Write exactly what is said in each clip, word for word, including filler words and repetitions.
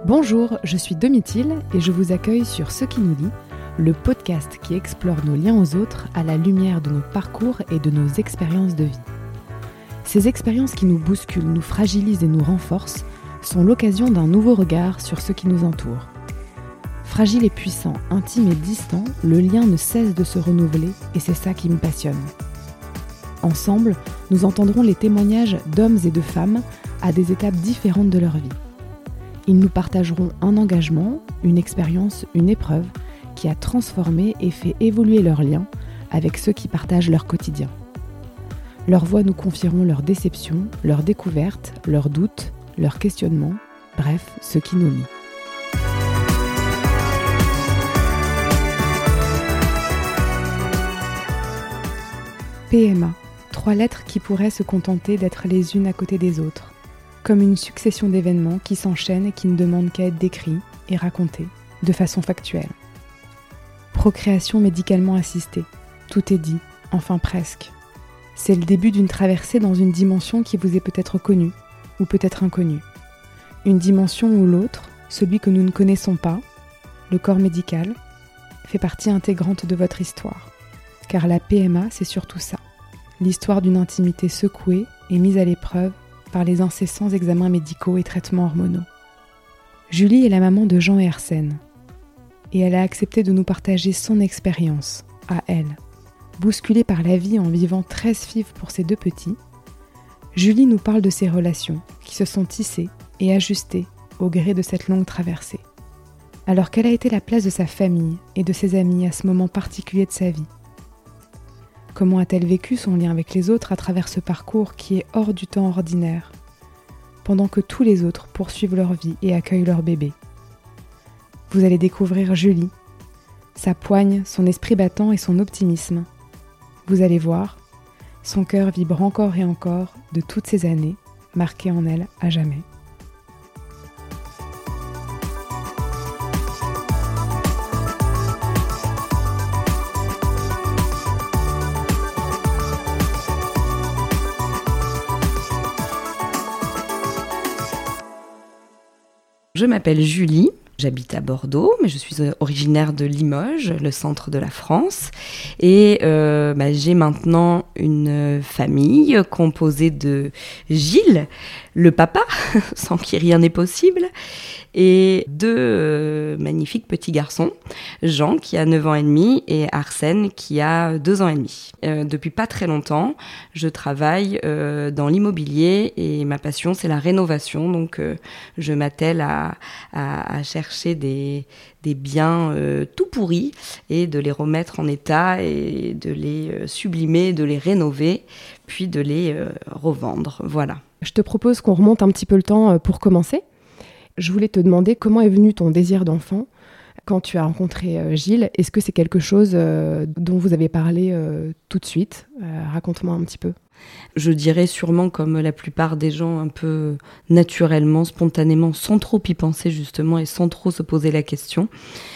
Bonjour, je suis Domitil et je vous accueille sur Ce qui nous lie, le podcast qui explore nos liens aux autres à la lumière de nos parcours et de nos expériences de vie. Ces expériences qui nous bousculent, nous fragilisent et nous renforcent sont l'occasion d'un nouveau regard sur ce qui nous entoure. Fragile et puissant, intime et distant, le lien ne cesse de se renouveler et c'est ça qui me passionne. Ensemble, nous entendrons les témoignages d'hommes et de femmes à des étapes différentes de leur vie. Ils nous partageront un engagement, une expérience, une épreuve qui a transformé et fait évoluer leurs liens avec ceux qui partagent leur quotidien. Leurs voix nous confieront leurs déceptions, leurs découvertes, leurs doutes, leurs questionnements, bref, ce qui nous lie. P M A, trois lettres qui pourraient se contenter d'être les unes à côté des autres, comme une succession d'événements qui s'enchaînent et qui ne demandent qu'à être décrits et racontés de façon factuelle. Procréation médicalement assistée, tout est dit, enfin presque. C'est le début d'une traversée dans une dimension qui vous est peut-être connue, ou peut-être inconnue. Une dimension où l'autre, celui que nous ne connaissons pas, le corps médical, fait partie intégrante de votre histoire. Car la P M A, c'est surtout ça, l'histoire d'une intimité secouée et mise à l'épreuve par les incessants examens médicaux et traitements hormonaux. Julie est la maman de Jean et Arsène, et elle a accepté de nous partager son expérience, à elle. Bousculée par la vie en vivant treize F I V pour ses deux petits, Julie nous parle de ses relations qui se sont tissées et ajustées au gré de cette longue traversée. Alors quelle a été la place de sa famille et de ses amis à ce moment particulier de sa vie ? Comment a-t-elle vécu son lien avec les autres à travers ce parcours qui est hors du temps ordinaire, pendant que tous les autres poursuivent leur vie et accueillent leur bébé ? Vous allez découvrir Julie, sa poigne, son esprit battant et son optimisme. Vous allez voir, son cœur vibre encore et encore de toutes ces années, marquées en elle à jamais. Je m'appelle Julie, j'habite à Bordeaux, mais je suis originaire de Limoges, le centre de la France. Et euh, bah, j'ai maintenant une famille composée de Gilles, le papa, sans qui rien n'est possible, et deux euh, magnifiques petits garçons, Jean qui a neuf ans et demi et Arsène qui a deux ans et demi. Euh, depuis pas très longtemps, je travaille euh, dans l'immobilier et ma passion c'est la rénovation, donc euh, je m'attelle à, à, à chercher des, des biens euh, tout pourris et de les remettre en état et de les euh, sublimer, de les rénover, puis de les euh, revendre, voilà. Je te propose qu'on remonte un petit peu le temps pour commencer. Je voulais te demander comment est venu ton désir d'enfant quand tu as rencontré Gilles. Est-ce que c'est quelque chose dont vous avez parlé tout de suite ? Raconte-moi un petit peu. Je dirais sûrement comme la plupart des gens, un peu naturellement, spontanément, sans trop y penser justement et sans trop se poser la question.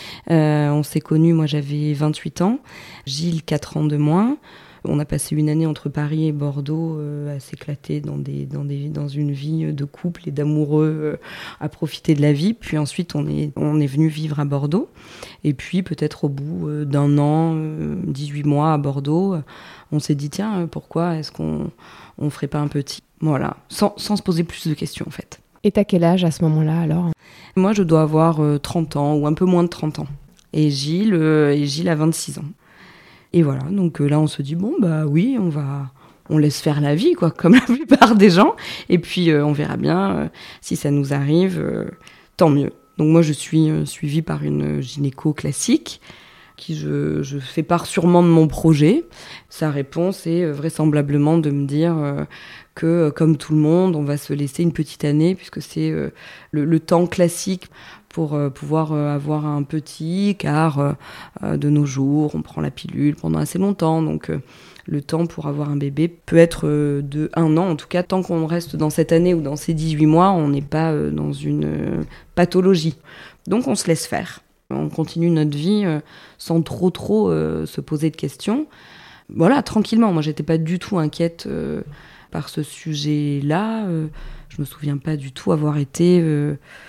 Euh, on s'est connus, moi j'avais vingt-huit ans, Gilles quatre ans de moins. On a passé une année entre Paris et Bordeaux euh, à s'éclater dans, des, dans, des, dans une vie de couple et d'amoureux, euh, à profiter de la vie. Puis ensuite, on est, on est venu vivre à Bordeaux. Et puis, peut-être au bout euh, d'un an, euh, dix-huit mois à Bordeaux, euh, on s'est dit, tiens, euh, pourquoi est-ce qu'on ne ferait pas un petit ? Voilà, sans, sans se poser plus de questions, en fait. Et t'as quel âge à ce moment-là, alors ? Moi, je dois avoir euh, trente ans ou un peu moins de trente ans. Et Gilles, euh, et Gilles a vingt-six ans. Et voilà, donc euh, là on se dit, bon bah oui, on va, on laisse faire la vie, quoi, comme la plupart des gens, et puis euh, on verra bien, euh, si ça nous arrive, euh, tant mieux. Donc moi je suis euh, suivie par une gynéco classique, qui je, je fais part sûrement de mon projet. Sa réponse est euh, vraisemblablement de me dire euh, que, euh, comme tout le monde, on va se laisser une petite année, puisque c'est euh, le, le temps classique pour euh, pouvoir euh, avoir un petit, car euh, euh, de nos jours, on prend la pilule pendant assez longtemps, donc euh, le temps pour avoir un bébé peut être euh, de un an, en tout cas, tant qu'on reste dans cette année ou dans ces dix-huit mois, on n'est pas euh, dans une euh, pathologie. Donc on se laisse faire. On continue notre vie euh, sans trop trop euh, se poser de questions. Voilà, tranquillement, moi j'étais pas du tout inquiète euh, par ce sujet-là. Euh, je me souviens pas du tout avoir été... Euh,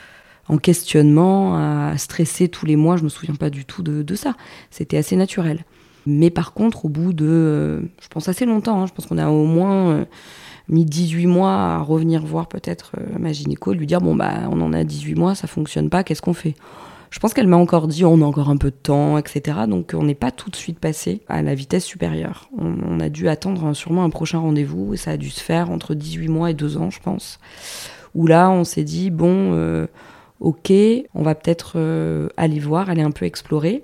en questionnement, à stresser tous les mois. Je me souviens pas du tout de, de ça. C'était assez naturel. Mais par contre, au bout de, euh, je pense assez longtemps, hein, je pense qu'on a au moins euh, mis dix-huit mois à revenir voir peut-être euh, ma gynéco, lui dire, bon, bah, on en a dix-huit mois, ça fonctionne pas, qu'est-ce qu'on fait ? Je pense qu'elle m'a encore dit, on a encore un peu de temps, et cetera. Donc, on n'est pas tout de suite passé à la vitesse supérieure. On, on a dû attendre un, sûrement un prochain rendez-vous, et ça a dû se faire entre dix-huit mois et deux ans, je pense. Où là, on s'est dit, bon, euh, ok, on va peut-être euh, aller voir, aller un peu explorer.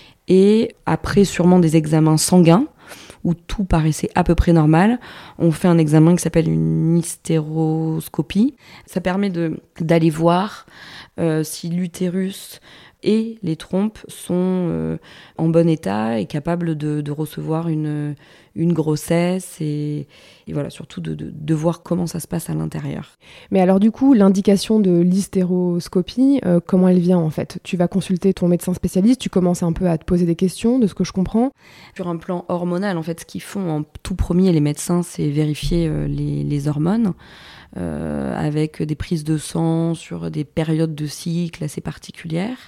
Et après sûrement des examens sanguins, où tout paraissait à peu près normal, on fait un examen qui s'appelle une hystéroscopie. Ça permet de, d'aller voir euh, si l'utérus et les trompes sont euh, en bon état et capables de, de recevoir une, une grossesse et, et voilà, surtout de, de, de voir comment ça se passe à l'intérieur. Mais alors du coup, l'indication de l'hystéroscopie, euh, comment elle vient en fait ? Tu vas consulter ton médecin spécialiste, tu commences un peu à te poser des questions, de ce que je comprends. Sur un plan hormonal, en fait, ce qu'ils font en tout premier, les médecins, c'est vérifier euh, les, les hormones. Euh, avec des prises de sang sur des périodes de cycle assez particulières.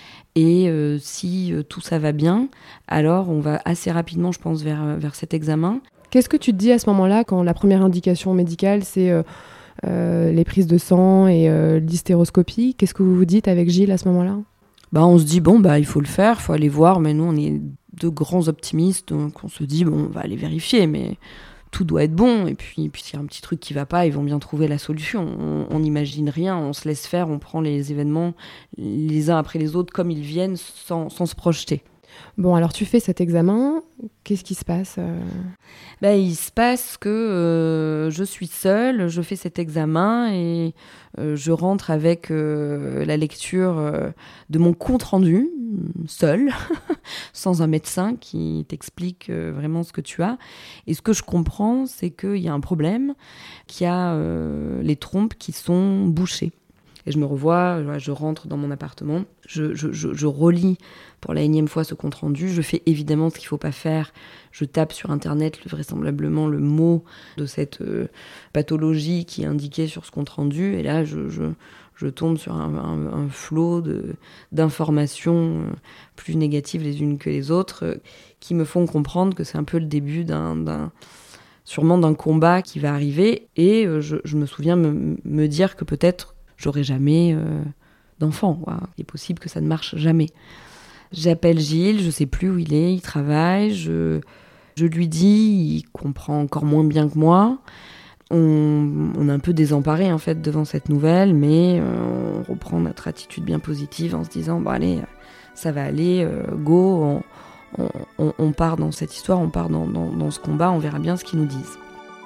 Et euh, si euh, tout ça va bien, alors on va assez rapidement, je pense, vers, vers cet examen. Qu'est-ce que tu te dis à ce moment-là, quand la première indication médicale, c'est euh, euh, les prises de sang et euh, l'hystéroscopie ? Qu'est-ce que vous vous dites avec Gilles à ce moment-là ? Bah, on se dit, bon, bah, il faut le faire, il faut aller voir. Mais nous, on est de grands optimistes, donc on se dit, bon, on va aller vérifier, mais tout doit être bon. Et puis, puis s'il y a un petit truc qui va pas, ils vont bien trouver la solution. On n'imagine rien, on se laisse faire, on prend les événements les uns après les autres comme ils viennent, sans, sans se projeter. Bon, alors tu fais cet examen, qu'est-ce qui se passe euh... ben, il se passe que euh, je suis seule, je fais cet examen et euh, je rentre avec euh, la lecture euh, de mon compte-rendu, seule, sans un médecin qui t'explique euh, vraiment ce que tu as. Et ce que je comprends, c'est qu'il y a un problème, qu'il y a euh, les trompes qui sont bouchées. Et je me revois, je rentre dans mon appartement, je, je, je, je relis pour la énième fois ce compte-rendu, je fais évidemment ce qu'il ne faut pas faire, je tape sur Internet vraisemblablement le mot de cette euh, pathologie qui est indiquée sur ce compte-rendu, et là je, je, je tombe sur un, un, un flot de, d'informations euh, plus négatives les unes que les autres, euh, qui me font comprendre que c'est un peu le début d'un... d'un sûrement d'un combat qui va arriver, et euh, je, je me souviens me, me dire que peut-être j'aurai jamais euh, d'enfant, quoi. Il est possible que ça ne marche jamais. J'appelle Gilles, je sais plus où il est, il travaille, je, je lui dis, il comprend encore moins bien que moi. On, on est un peu désemparés en fait devant cette nouvelle, mais euh, on reprend notre attitude bien positive en se disant, bon allez, ça va aller, euh, go, on, on, on, on part dans cette histoire, on part dans, dans, dans ce combat, on verra bien ce qu'ils nous disent.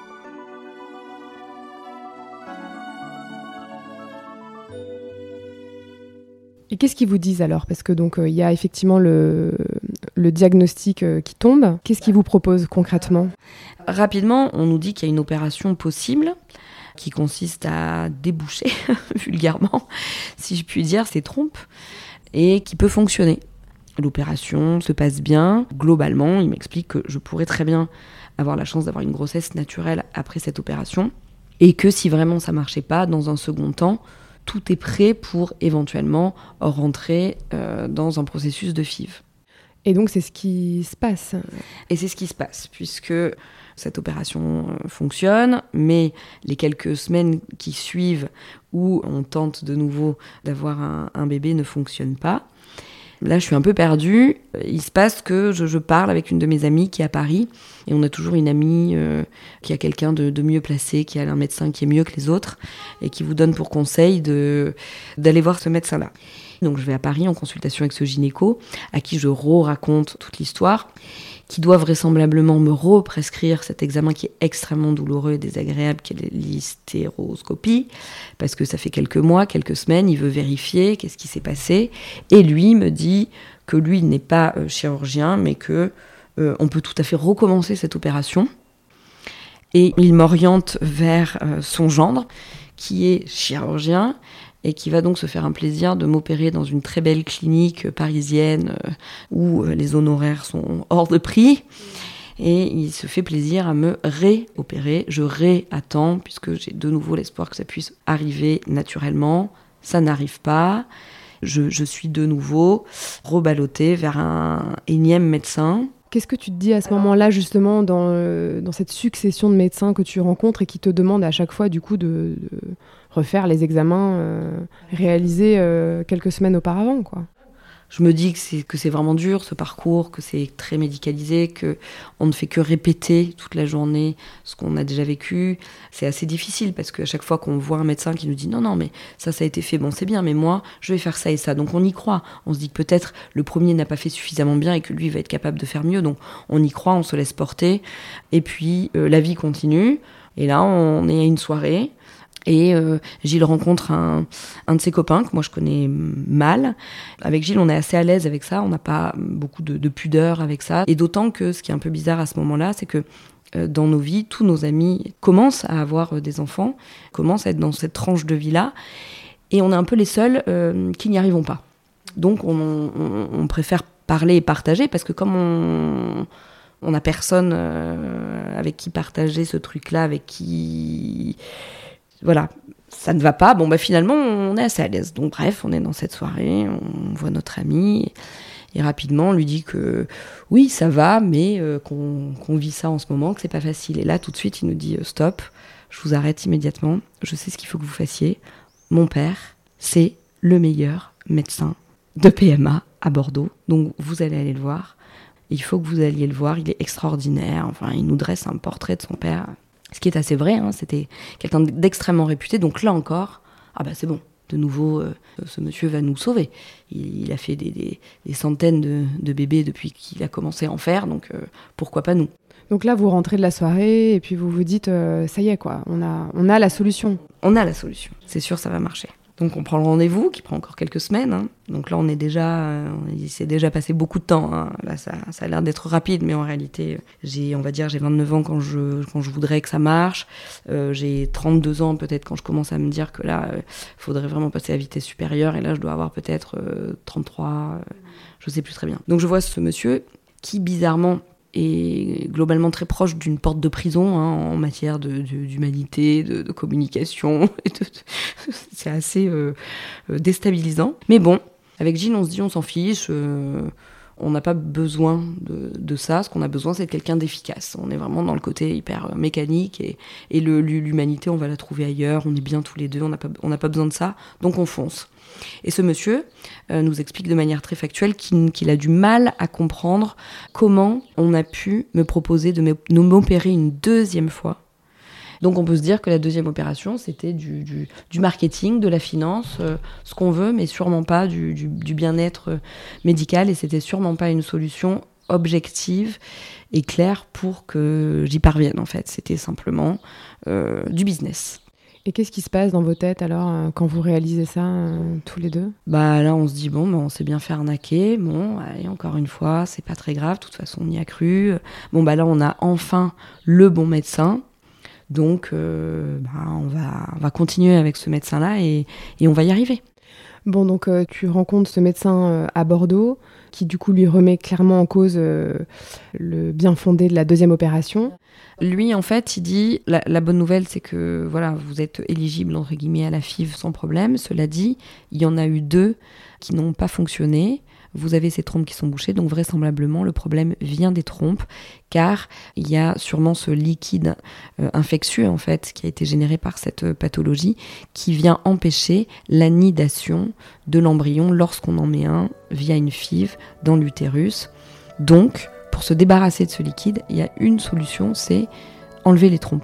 Et qu'est-ce qu'ils vous disent alors ? Parce que donc il euh, y a effectivement le, le diagnostic euh, qui tombe. Qu'est-ce qu'ils vous proposent concrètement ? Rapidement, on nous dit qu'il y a une opération possible qui consiste à déboucher, vulgairement, si je puis dire, ces trompes, et qui peut fonctionner. L'opération se passe bien. Globalement, il m'explique que je pourrais très bien avoir la chance d'avoir une grossesse naturelle après cette opération, et que si vraiment ça marchait pas, dans un second temps, tout est prêt pour éventuellement rentrer euh, dans un processus de F I V. Et donc c'est ce qui se passe. Et c'est ce qui se passe, puisque cette opération euh, fonctionne, mais les quelques semaines qui suivent où on tente de nouveau d'avoir un, un bébé ne fonctionnent pas. Là, je suis un peu perdue. Il se passe que je, je parle avec une de mes amies qui est à Paris, et on a toujours une amie euh, qui a quelqu'un de, de mieux placé, qui a un médecin qui est mieux que les autres, et qui vous donne pour conseil de, d'aller voir ce médecin-là. Donc je vais à Paris en consultation avec ce gynéco, à qui je re-raconte toute l'histoire, qui doit vraisemblablement me represcrire cet examen qui est extrêmement douloureux et désagréable, qui est l'hystéroscopie, parce que ça fait quelques mois, quelques semaines, il veut vérifier qu'est-ce qui s'est passé, et lui me dit que lui il n'est pas euh, chirurgien, mais que euh, on peut tout à fait recommencer cette opération, et il m'oriente vers euh, son gendre, qui est chirurgien, et qui va donc se faire un plaisir de m'opérer dans une très belle clinique parisienne euh, où euh, les honoraires sont hors de prix. Et il se fait plaisir à me réopérer. Je réattends, puisque j'ai de nouveau l'espoir que ça puisse arriver naturellement. ça n'arrive pas. Je, je suis de nouveau reballottée vers un énième médecin. Qu'est-ce que tu te dis à ce moment-là, justement, dans, euh, dans cette succession de médecins que tu rencontres et qui te demandent à chaque fois, du coup, de, de refaire les examens euh, réalisés euh, quelques semaines auparavant, quoi? Je me dis que c'est, que c'est vraiment dur, ce parcours, que c'est très médicalisé, qu'on ne fait que répéter toute la journée ce qu'on a déjà vécu. C'est assez difficile parce qu'à chaque fois qu'on voit un médecin qui nous dit « Non, non, mais ça, ça a été fait, bon, c'est bien, mais moi, je vais faire ça et ça. » Donc on y croit. On se dit que peut-être le premier n'a pas fait suffisamment bien et que lui va être capable de faire mieux. Donc on y croit, on se laisse porter. Et puis euh, la vie continue. Et là, on est à une soirée. Et euh, Gilles rencontre un, un de ses copains que moi je connais mal. Avec Gilles, on est assez à l'aise avec ça, on n'a pas beaucoup de, de pudeur avec ça. Et d'autant que ce qui est un peu bizarre à ce moment-là, c'est que euh, dans nos vies, tous nos amis commencent à avoir euh, des enfants, commencent à être dans cette tranche de vie-là, et on est un peu les seuls euh, qui n'y arrivons pas. Donc on, on, on préfère parler et partager, parce que comme on... on n'a personne euh, avec qui partager ce truc-là, avec qui... Voilà, ça ne va pas. Bon, bah finalement, on est assez à l'aise. Donc bref, on est dans cette soirée, on voit notre ami, et rapidement, on lui dit que oui, ça va, mais euh, qu'on, qu'on vit ça en ce moment, que c'est pas facile. Et là, tout de suite, il nous dit euh, stop, je vous arrête immédiatement, je sais ce qu'il faut que vous fassiez. Mon père, c'est le meilleur médecin de P M A à Bordeaux, donc vous allez aller le voir. Il faut que vous alliez le voir, il est extraordinaire. Enfin, il nous dresse un portrait de son père. Ce qui est assez vrai, hein, c'était quelqu'un d'extrêmement réputé. Donc là encore, ah bah c'est bon, de nouveau, euh, ce monsieur va nous sauver. Il, il a fait des, des, des centaines de, de bébés depuis qu'il a commencé à en faire, donc euh, pourquoi pas nous. Donc là, vous rentrez de la soirée et puis vous vous dites, euh, ça y est quoi, on a, on a la solution. On a la solution, c'est sûr, ça va marcher. Donc on prend le rendez-vous, qui prend encore quelques semaines. Hein. Donc là, on est déjà, euh, il s'est déjà passé beaucoup de temps. Hein. Là, ça, ça a l'air d'être rapide, mais en réalité, j'ai, on va dire, j'ai vingt-neuf ans quand je, quand je voudrais que ça marche. Euh, j'ai trente-deux ans peut-être quand je commence à me dire que là, il euh, faudrait vraiment passer à vitesse supérieure. Et là, je dois avoir peut-être euh, trente-trois, euh, je sais plus très bien. Donc je vois ce monsieur qui, bizarrement, est globalement très proche d'une porte de prison hein, en matière de, de, d'humanité, de, de communication. Et de, de, c'est assez euh, déstabilisant. Mais bon, avec Gilles, on se dit on s'en fiche, euh, on n'a pas besoin de, de ça. Ce qu'on a besoin, c'est de quelqu'un d'efficace. On est vraiment dans le côté hyper mécanique et, et le, l'humanité, on va la trouver ailleurs. On est bien tous les deux, on n'a pas, on n'a pas besoin de ça, donc on fonce. Et ce monsieur euh, nous explique de manière très factuelle qu'il, qu'il a du mal à comprendre comment on a pu me proposer de m'opérer une deuxième fois. Donc on peut se dire que la deuxième opération, c'était du, du, du marketing, de la finance, euh, ce qu'on veut, mais sûrement pas du, du, du bien-être médical. Et c'était sûrement pas une solution objective et claire pour que j'y parvienne, en fait. C'était simplement euh, du business. Et qu'est-ce qui se passe dans vos têtes alors euh, quand vous réalisez ça euh, tous les deux ? Bah là on se dit bon bah, on s'est bien fait arnaquer, bon allez encore une fois c'est pas très grave, de toute façon on y a cru. Bon bah là on a enfin le bon médecin, donc euh, bah, on, va, on va continuer avec ce médecin là et, et on va y arriver. Bon donc euh, tu rencontres ce médecin euh, à Bordeaux qui du coup lui remet clairement en cause euh, le bien fondé de la deuxième opération. Lui, en fait, il dit, la, la bonne nouvelle, c'est que voilà, vous êtes éligible, entre guillemets, à la F I V sans problème. Cela dit, il y en a eu deux qui n'ont pas fonctionné. Vous avez ces trompes qui sont bouchées, donc vraisemblablement, le problème vient des trompes, car il y a sûrement ce liquide euh, infectieux, en fait, qui a été généré par cette euh, pathologie, qui vient empêcher l'anidation de l'embryon lorsqu'on en met un via une F I V dans l'utérus. Donc, pour se débarrasser de ce liquide, il y a une solution, c'est enlever les trompes.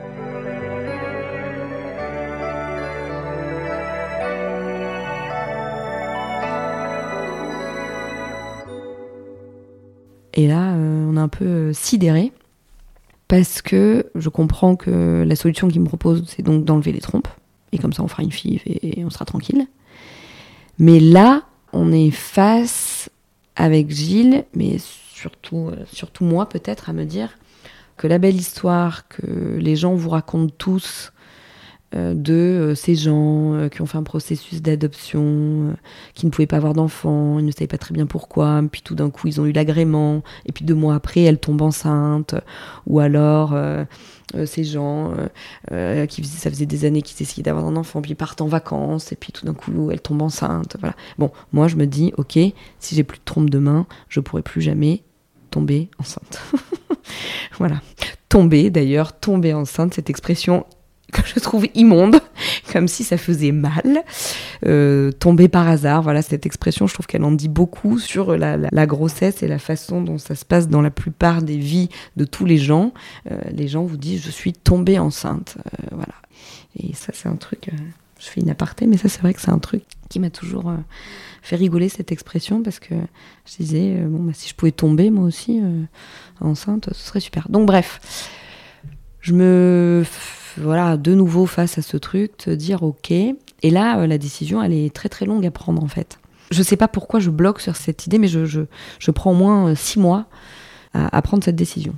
Et là, euh, on est un peu sidéré, parce que je comprends que la solution qu'il me propose, c'est donc d'enlever les trompes, et comme ça on fera une F I V et on sera tranquille. Mais là, on est face avec Gilles, mais surtout, surtout moi peut-être, à me dire que la belle histoire que les gens vous racontent tous euh, de euh, ces gens euh, qui ont fait un processus d'adoption, euh, qui ne pouvaient pas avoir d'enfants, ils ne savaient pas très bien pourquoi, puis tout d'un coup ils ont eu l'agrément, et puis deux mois après elle tombe enceinte, ou alors euh, euh, ces gens euh, euh, qui faisaient, ça faisait des années qu'ils essayaient d'avoir un enfant, puis ils partent en vacances, et puis tout d'un coup elle tombe enceinte, voilà. Bon, moi je me dis, ok, si j'ai plus de trompe demain, je pourrai plus jamais tomber enceinte. Voilà. Tomber, d'ailleurs, tomber enceinte, cette expression que je trouve immonde, comme si ça faisait mal. Euh, tomber par hasard, voilà, cette expression, je trouve qu'elle en dit beaucoup sur la, la, la grossesse et la façon dont ça se passe dans la plupart des vies de tous les gens. Euh, les gens vous disent « je suis tombée enceinte euh, ». Voilà. Et ça, c'est un truc... Euh, je fais une aparté, mais ça, c'est vrai que c'est un truc qui m'a toujours euh, fait rigoler, cette expression, parce que je disais, euh, bon, bah, si je pouvais tomber, moi aussi, euh, enceinte, ce serait super. Donc, bref, je me... Voilà, de nouveau face à ce truc, te dire ok. Et là, euh, la décision, elle est très très longue à prendre en fait. Je sais pas pourquoi je bloque sur cette idée, mais je, je, je prends au moins euh, six mois à, à prendre cette décision.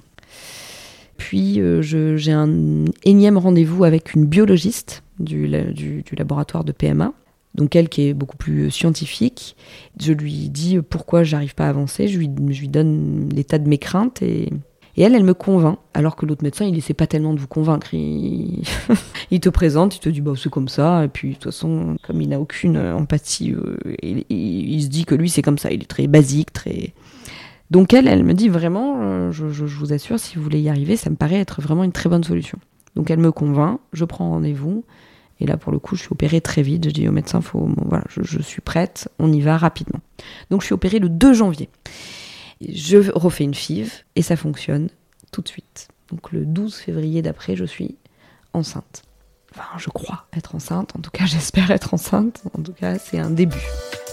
Puis euh, je, j'ai un énième rendez-vous avec une biologiste du, du, du laboratoire de P M A, donc elle qui est beaucoup plus scientifique. Je lui dis pourquoi j'arrive pas à avancer, je lui, je lui donne l'état de mes craintes et... Et elle, elle me convainc, alors que l'autre médecin, il essaie pas tellement de vous convaincre. Il, il te présente, il te dit bah, c'est comme ça, et puis de toute façon, comme il n'a aucune empathie, euh, il, il, il se dit que lui, c'est comme ça, il est très basique, très... Donc elle, elle me dit vraiment, euh, je, je, je vous assure, si vous voulez y arriver, ça me paraît être vraiment une très bonne solution. Donc elle me convainc, je prends rendez-vous, et là, pour le coup, je suis opérée très vite. Je dis au médecin, faut, bon, voilà, je, je suis prête, on y va rapidement. Donc je suis opérée le deux janvier. Je refais une F I V et ça fonctionne tout de suite. Donc le douze février d'après, je suis enceinte. Enfin, je crois être enceinte. En tout cas, j'espère être enceinte. En tout cas, c'est un début.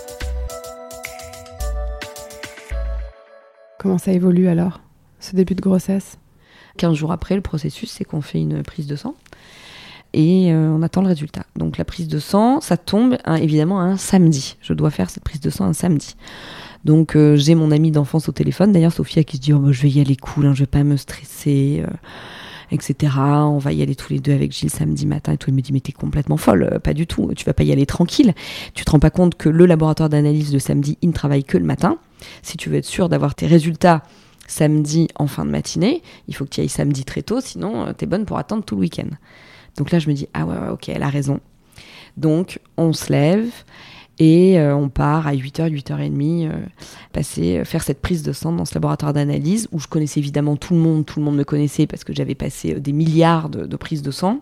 Comment ça évolue alors, ce début de grossesse ? quinze jours après, le processus, c'est qu'on fait une prise de sang et euh, on attend le résultat. Donc la prise de sang, ça tombe hein, évidemment un samedi. Je dois faire cette prise de sang un samedi. Donc euh, j'ai mon amie d'enfance au téléphone, d'ailleurs Sophia qui se dit oh, bah, je vais y aller cool, hein, je vais pas me stresser, euh, et cetera. On va y aller tous les deux avec Gilles samedi matin et tout. Elle me dit mais t'es complètement folle, euh, pas du tout, tu vas pas y aller tranquille. Tu te rends pas compte que le laboratoire d'analyse de samedi, il ne travaille que le matin. Si tu veux être sûr d'avoir tes résultats samedi en fin de matinée, il faut que tu y ailles samedi très tôt, sinon euh, t'es bonne pour attendre tout le week-end. Donc là je me dis ah ouais, ouais ok, elle a raison. Donc on se lève. Et euh, on part à huit heures, huit heures trente, euh, passer, euh, faire cette prise de sang dans ce laboratoire d'analyse où je connaissais évidemment tout le monde, tout le monde me connaissait parce que j'avais passé euh, des milliards de, de prises de sang.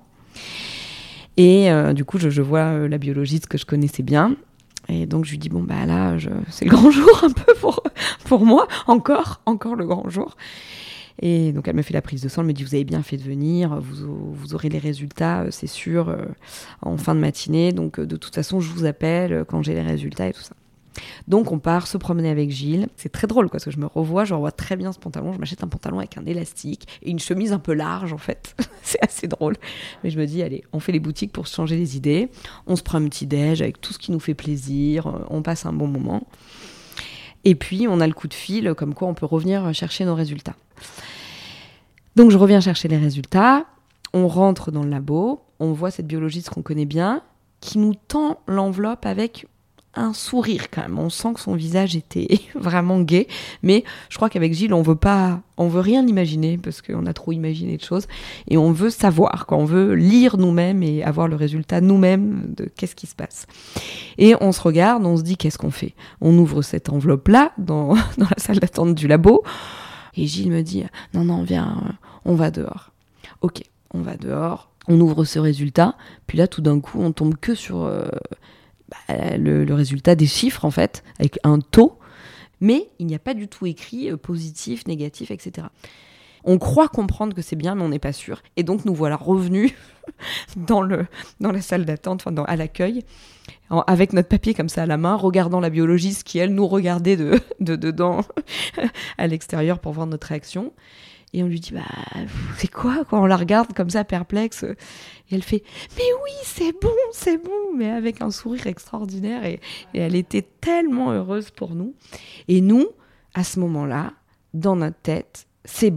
Et euh, du coup, je, je vois euh, la biologiste que je connaissais bien. Et donc, je lui dis, bon, bah là, je... c'est le grand jour un peu pour, pour moi, encore, encore le grand jour. Et donc, elle me fait la prise de sang, elle me dit, vous avez bien fait de venir, vous, vous aurez les résultats, c'est sûr, euh, en fin de matinée. Donc, euh, de toute façon, je vous appelle quand j'ai les résultats et tout ça. Donc, on part se promener avec Gilles. C'est très drôle, quoi, parce que je me revois, je revois très bien ce pantalon. Je m'achète un pantalon avec un élastique et une chemise un peu large, en fait. C'est assez drôle. Mais je me dis, allez, on fait les boutiques pour se changer les idées. On se prend un petit déj avec tout ce qui nous fait plaisir. On passe un bon moment. Et puis, on a le coup de fil, comme quoi on peut revenir chercher nos résultats. Donc, je reviens chercher les résultats. On rentre dans le labo. On voit cette biologiste qu'on connaît bien, qui nous tend l'enveloppe avec un sourire quand même. On sent que son visage était vraiment gai. Mais je crois qu'avec Gilles, on veut pas, on veut rien imaginer parce qu'on a trop imaginé de choses. Et on veut savoir, quoi. On veut lire nous-mêmes et avoir le résultat nous-mêmes de qu'est-ce qui se passe. Et on se regarde, on se dit qu'est-ce qu'on fait. On ouvre cette enveloppe-là dans, dans la salle d'attente du labo. Et Gilles me dit « Non, non, viens, on va dehors. » Ok, on va dehors, on ouvre ce résultat. Puis là, tout d'un coup, on tombe que sur euh, bah, le, le résultat des chiffres, en fait, avec un taux. Mais il n'y a pas du tout écrit euh, positif, négatif, et cetera. On croit comprendre que c'est bien, mais on n'est pas sûr. Et donc, nous voilà revenus dans, le, dans la salle d'attente, enfin, dans, à l'accueil, en, avec notre papier comme ça à la main, regardant la biologiste qui, elle, nous regardait de, de dedans à l'extérieur pour voir notre réaction. Et on lui dit, bah, c'est quoi, quoi? On la regarde comme ça, perplexe. Et elle fait, mais oui, c'est bon, c'est bon, mais avec un sourire extraordinaire. Et, et elle était tellement heureuse pour nous. Et nous, à ce moment-là, dans notre tête, c'est bon.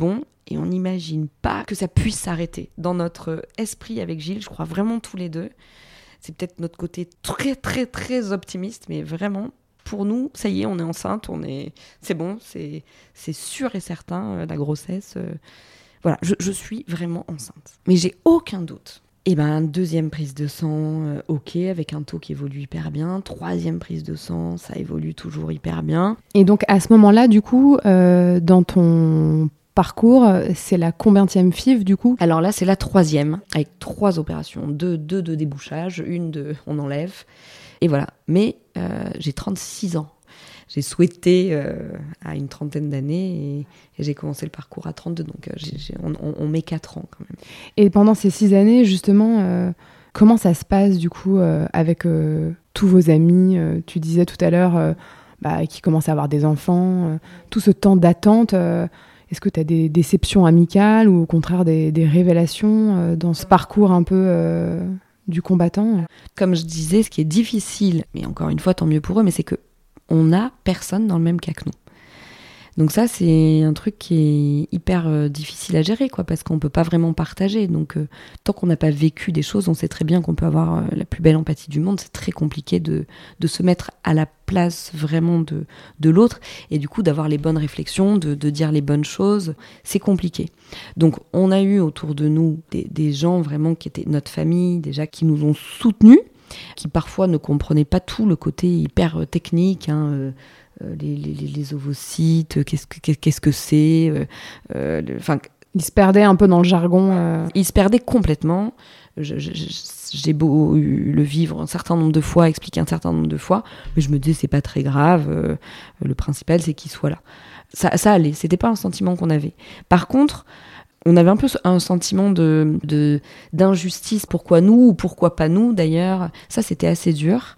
et on n'imagine pas que ça puisse s'arrêter. Dans notre esprit avec Gilles, je crois vraiment tous les deux, c'est peut-être notre côté très très très optimiste, mais vraiment, pour nous, ça y est, on est enceinte, on est, c'est bon, c'est, c'est sûr et certain, euh, la grossesse. Euh, voilà, je, je suis vraiment enceinte. Mais j'ai aucun doute. Et ben, deuxième prise de sang, euh, ok, avec un taux qui évolue hyper bien. Troisième prise de sang, ça évolue toujours hyper bien. Et donc, à ce moment-là, du coup, euh, dans ton parcours, c'est la combientième F I V, du coup ? Alors là, c'est la troisième, avec trois opérations. Deux, deux de débouchage, une de on enlève. Et voilà. Mais euh, j'ai trente-six ans. J'ai souhaité euh, à une trentaine d'années et, et j'ai commencé le parcours à trente-deux, donc euh, j'ai, j'ai, on, on met quatre ans quand même. Et pendant ces six années, justement, euh, comment ça se passe du coup euh, avec euh, tous vos amis euh, tu disais tout à l'heure euh, bah, qui commencent à avoir des enfants, euh, tout ce temps d'attente, euh, est-ce que tu as des déceptions amicales ou au contraire des, des révélations euh, dans ce parcours un peu euh, du combattant ? Comme je disais, ce qui est difficile, mais encore une fois, tant mieux pour eux, mais c'est que on n'a personne dans le même cas que nous. Donc ça, c'est un truc qui est hyper euh, difficile à gérer, quoi, parce qu'on ne peut pas vraiment partager. Donc euh, tant qu'on n'a pas vécu des choses, on sait très bien qu'on peut avoir euh, la plus belle empathie du monde. C'est très compliqué de, de se mettre à la place vraiment de, de l'autre et du coup d'avoir les bonnes réflexions, de, de dire les bonnes choses. C'est compliqué. Donc on a eu autour de nous des, des gens vraiment qui étaient notre famille, déjà qui nous ont soutenus, qui parfois ne comprenaient pas tout le côté hyper technique, hein, euh, les, les, les ovocytes, qu'est-ce que, qu'est-ce que c'est, euh, euh, le, ils se perdaient un peu dans le jargon. Euh... Ils se perdaient complètement. Je, je, j'ai beau eu le vivre un certain nombre de fois, expliquer un certain nombre de fois, mais je me disais c'est pas très grave, euh, le principal c'est qu'il soit là. Ça, ça allait, c'était pas un sentiment qu'on avait. Par contre, on avait un peu un sentiment de, de, d'injustice, pourquoi nous ou pourquoi pas nous d'ailleurs. Ça, c'était assez dur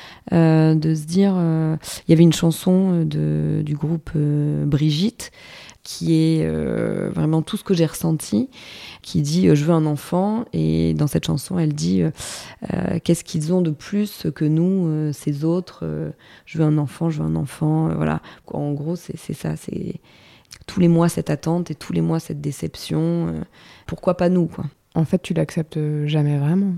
euh, de se dire... Euh, il y avait une chanson de, du groupe euh, Brigitte qui est euh, vraiment tout ce que j'ai ressenti, qui dit euh, « Je veux un enfant » et dans cette chanson, elle dit euh, « Qu'est-ce qu'ils ont de plus que nous, euh, ces autres euh, Je veux un enfant, je veux un enfant. Euh, » Voilà. En gros, c'est, c'est ça, c'est... tous les mois cette attente et tous les mois cette déception. Euh, pourquoi pas nous, quoi. En fait, tu l'acceptes jamais vraiment.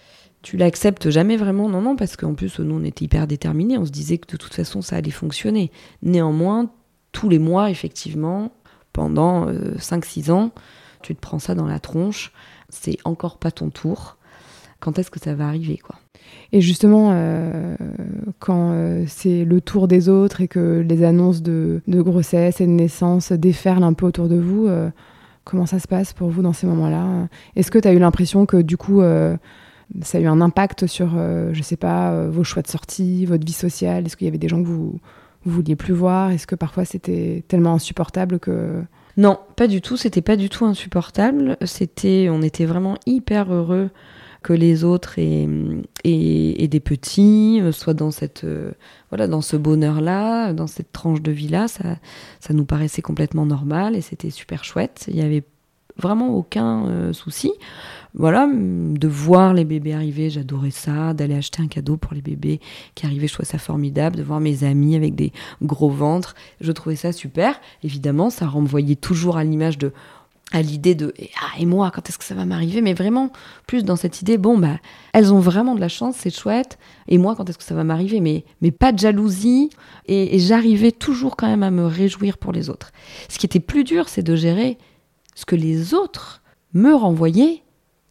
Tu l'acceptes jamais vraiment, non, non, parce qu'en plus, nous, on était hyper déterminés. On se disait que de toute façon, ça allait fonctionner. Néanmoins, tous les mois, effectivement, pendant euh, cinq six ans, tu te prends ça dans la tronche. C'est encore pas ton tour. Quand est-ce que ça va arriver, quoi ? Et justement, euh, quand euh, c'est le tour des autres et que les annonces de, de grossesse et de naissance déferlent un peu autour de vous, euh, comment ça se passe pour vous dans ces moments-là ? Est-ce que tu as eu l'impression que du coup, euh, ça a eu un impact sur, euh, je sais pas, euh, vos choix de sortie, votre vie sociale ? Est-ce qu'il y avait des gens que vous, vous vouliez plus voir ? Est-ce que parfois c'était tellement insupportable que... Non, pas du tout. C'était pas du tout insupportable. C'était, on était vraiment hyper heureux que les autres et, et, et des petits soient dans cette euh, voilà dans ce bonheur-là, dans cette tranche de vie-là, ça ça nous paraissait complètement normal et c'était super chouette. Il y avait vraiment aucun euh, souci. Voilà, de voir les bébés arriver, j'adorais ça, d'aller acheter un cadeau pour les bébés qui arrivaient, je trouvais ça formidable, de voir mes amis avec des gros ventres, je trouvais ça super. Évidemment, ça renvoyait toujours à l'image de à l'idée de ah, et moi quand est-ce que ça va m'arriver, mais vraiment plus dans cette idée bon bah elles ont vraiment de la chance, c'est chouette, et moi quand est-ce que ça va m'arriver, mais mais pas de jalousie, et, et j'arrivais toujours quand même à me réjouir pour les autres. Ce qui était plus dur, c'est de gérer ce que les autres me renvoyaient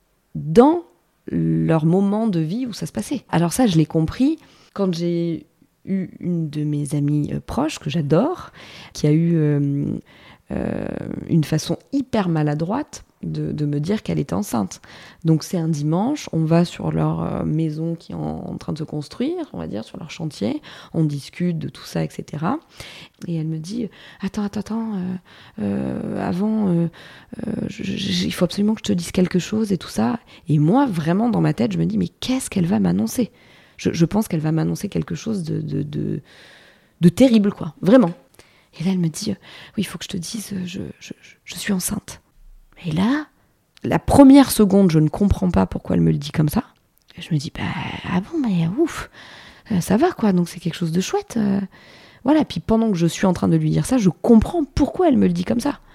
dans leur moment de vie où ça se passait. Alors ça, je l'ai compris quand j'ai eu une de mes amies euh, proches que j'adore, qui a eu euh, Euh, une façon hyper maladroite de, de me dire qu'elle était enceinte. Donc c'est un dimanche, on va sur leur euh, maison qui est en, en train de se construire, on va dire, sur leur chantier, on discute de tout ça, et cetera. Et elle me dit « Attends, attends, attends, euh, euh, avant, euh, euh, je, je, il faut absolument que je te dise quelque chose et tout ça. » Et moi, vraiment, dans ma tête, je me dis « Mais qu'est-ce qu'elle va m'annoncer ?» je, je pense qu'elle va m'annoncer quelque chose de, de, de, de terrible, quoi, vraiment. Et là, elle me dit, euh, oui, il faut que je te dise, je, je, je suis enceinte. Et là, la première seconde, je ne comprends pas pourquoi elle me le dit comme ça. Et je me dis, bah, ah bon, mais ouf, euh, ça va, quoi, donc c'est quelque chose de chouette. Euh, voilà, puis pendant que je suis en train de lui dire ça, je comprends pourquoi elle me le dit comme ça.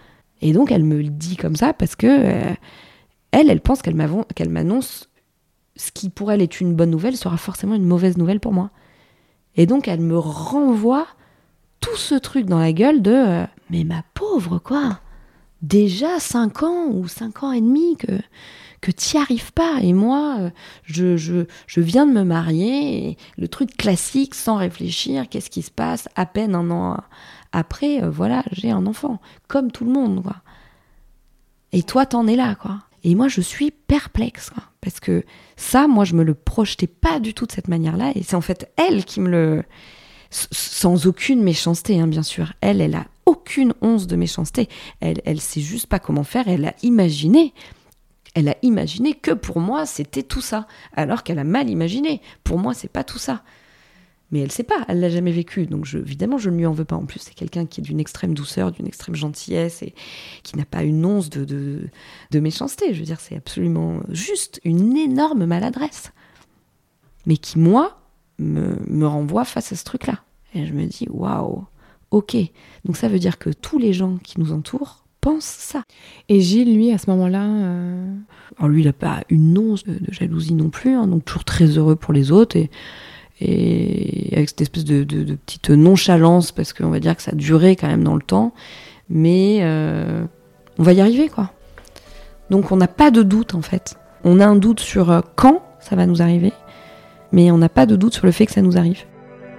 Et donc, elle me le dit comme ça parce que euh, elle, elle pense qu'elle, qu'elle m'annonce ce qui pour elle est une bonne nouvelle sera forcément une mauvaise nouvelle pour moi. Et donc, elle me renvoie tout ce truc dans la gueule de euh, « Mais ma pauvre, quoi, déjà cinq ans ou cinq ans et demi que, que t'y arrives pas. Et moi, euh, je, je, je viens de me marier. Et le truc classique, sans réfléchir, qu'est-ce qui se passe ? À peine un an après, euh, voilà, j'ai un enfant. Comme tout le monde, quoi. Et toi, t'en es là, quoi. » Et moi, je suis perplexe, quoi. Parce que ça, moi, je me le projetais pas du tout de cette manière-là. Et c'est en fait elle qui me le... Sans aucune méchanceté, hein, bien sûr. Elle, elle a aucune once de méchanceté. Elle, elle sait juste pas comment faire. Elle a imaginé, elle a imaginé que pour moi, c'était tout ça. Alors qu'elle a mal imaginé. Pour moi, c'est pas tout ça. Mais elle sait pas, elle l'a jamais vécu. Donc je, évidemment, je ne lui en veux pas. En plus, c'est quelqu'un qui est d'une extrême douceur, d'une extrême gentillesse et qui n'a pas une once de, de, de méchanceté. Je veux dire, c'est absolument juste une énorme maladresse. Mais qui, moi, me, me renvoie face à ce truc-là. Et je me dis, waouh, ok. Donc ça veut dire que tous les gens qui nous entourent pensent ça. Et Gilles, lui, à ce moment-là... Euh... Alors lui, il n'a pas une once de, de jalousie non plus, hein, donc toujours très heureux pour les autres et, et avec cette espèce de, de, de petite nonchalance, parce qu'on va dire que ça a duré quand même dans le temps, mais euh, on va y arriver, quoi. Donc on n'a pas de doute, en fait. On a un doute sur quand ça va nous arriver, mais on n'a pas de doute sur le fait que ça nous arrive.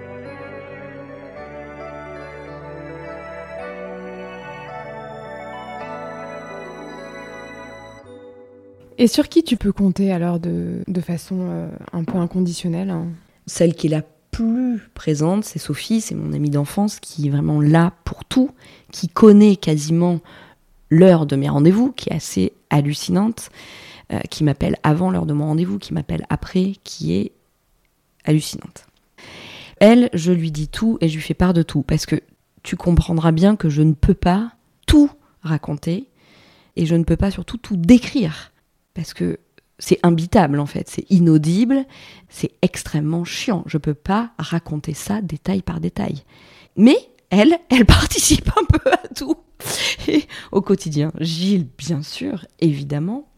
Et sur qui tu peux compter alors de, de façon euh, un peu inconditionnelle, hein ? Celle qui est la plus présente, c'est Sophie, c'est mon amie d'enfance qui est vraiment là pour tout, qui connaît quasiment l'heure de mes rendez-vous, qui est assez hallucinante, euh, qui m'appelle avant l'heure de mon rendez-vous, qui m'appelle après, qui est hallucinante. Elle, je lui dis tout et je lui fais part de tout, parce que tu comprendras bien que je ne peux pas tout raconter et je ne peux pas surtout tout décrire. Parce que c'est imbitable, en fait. C'est inaudible, c'est extrêmement chiant. Je peux pas raconter ça détail par détail. Mais elle, elle participe un peu à tout. Et au quotidien, Gilles, bien sûr, évidemment.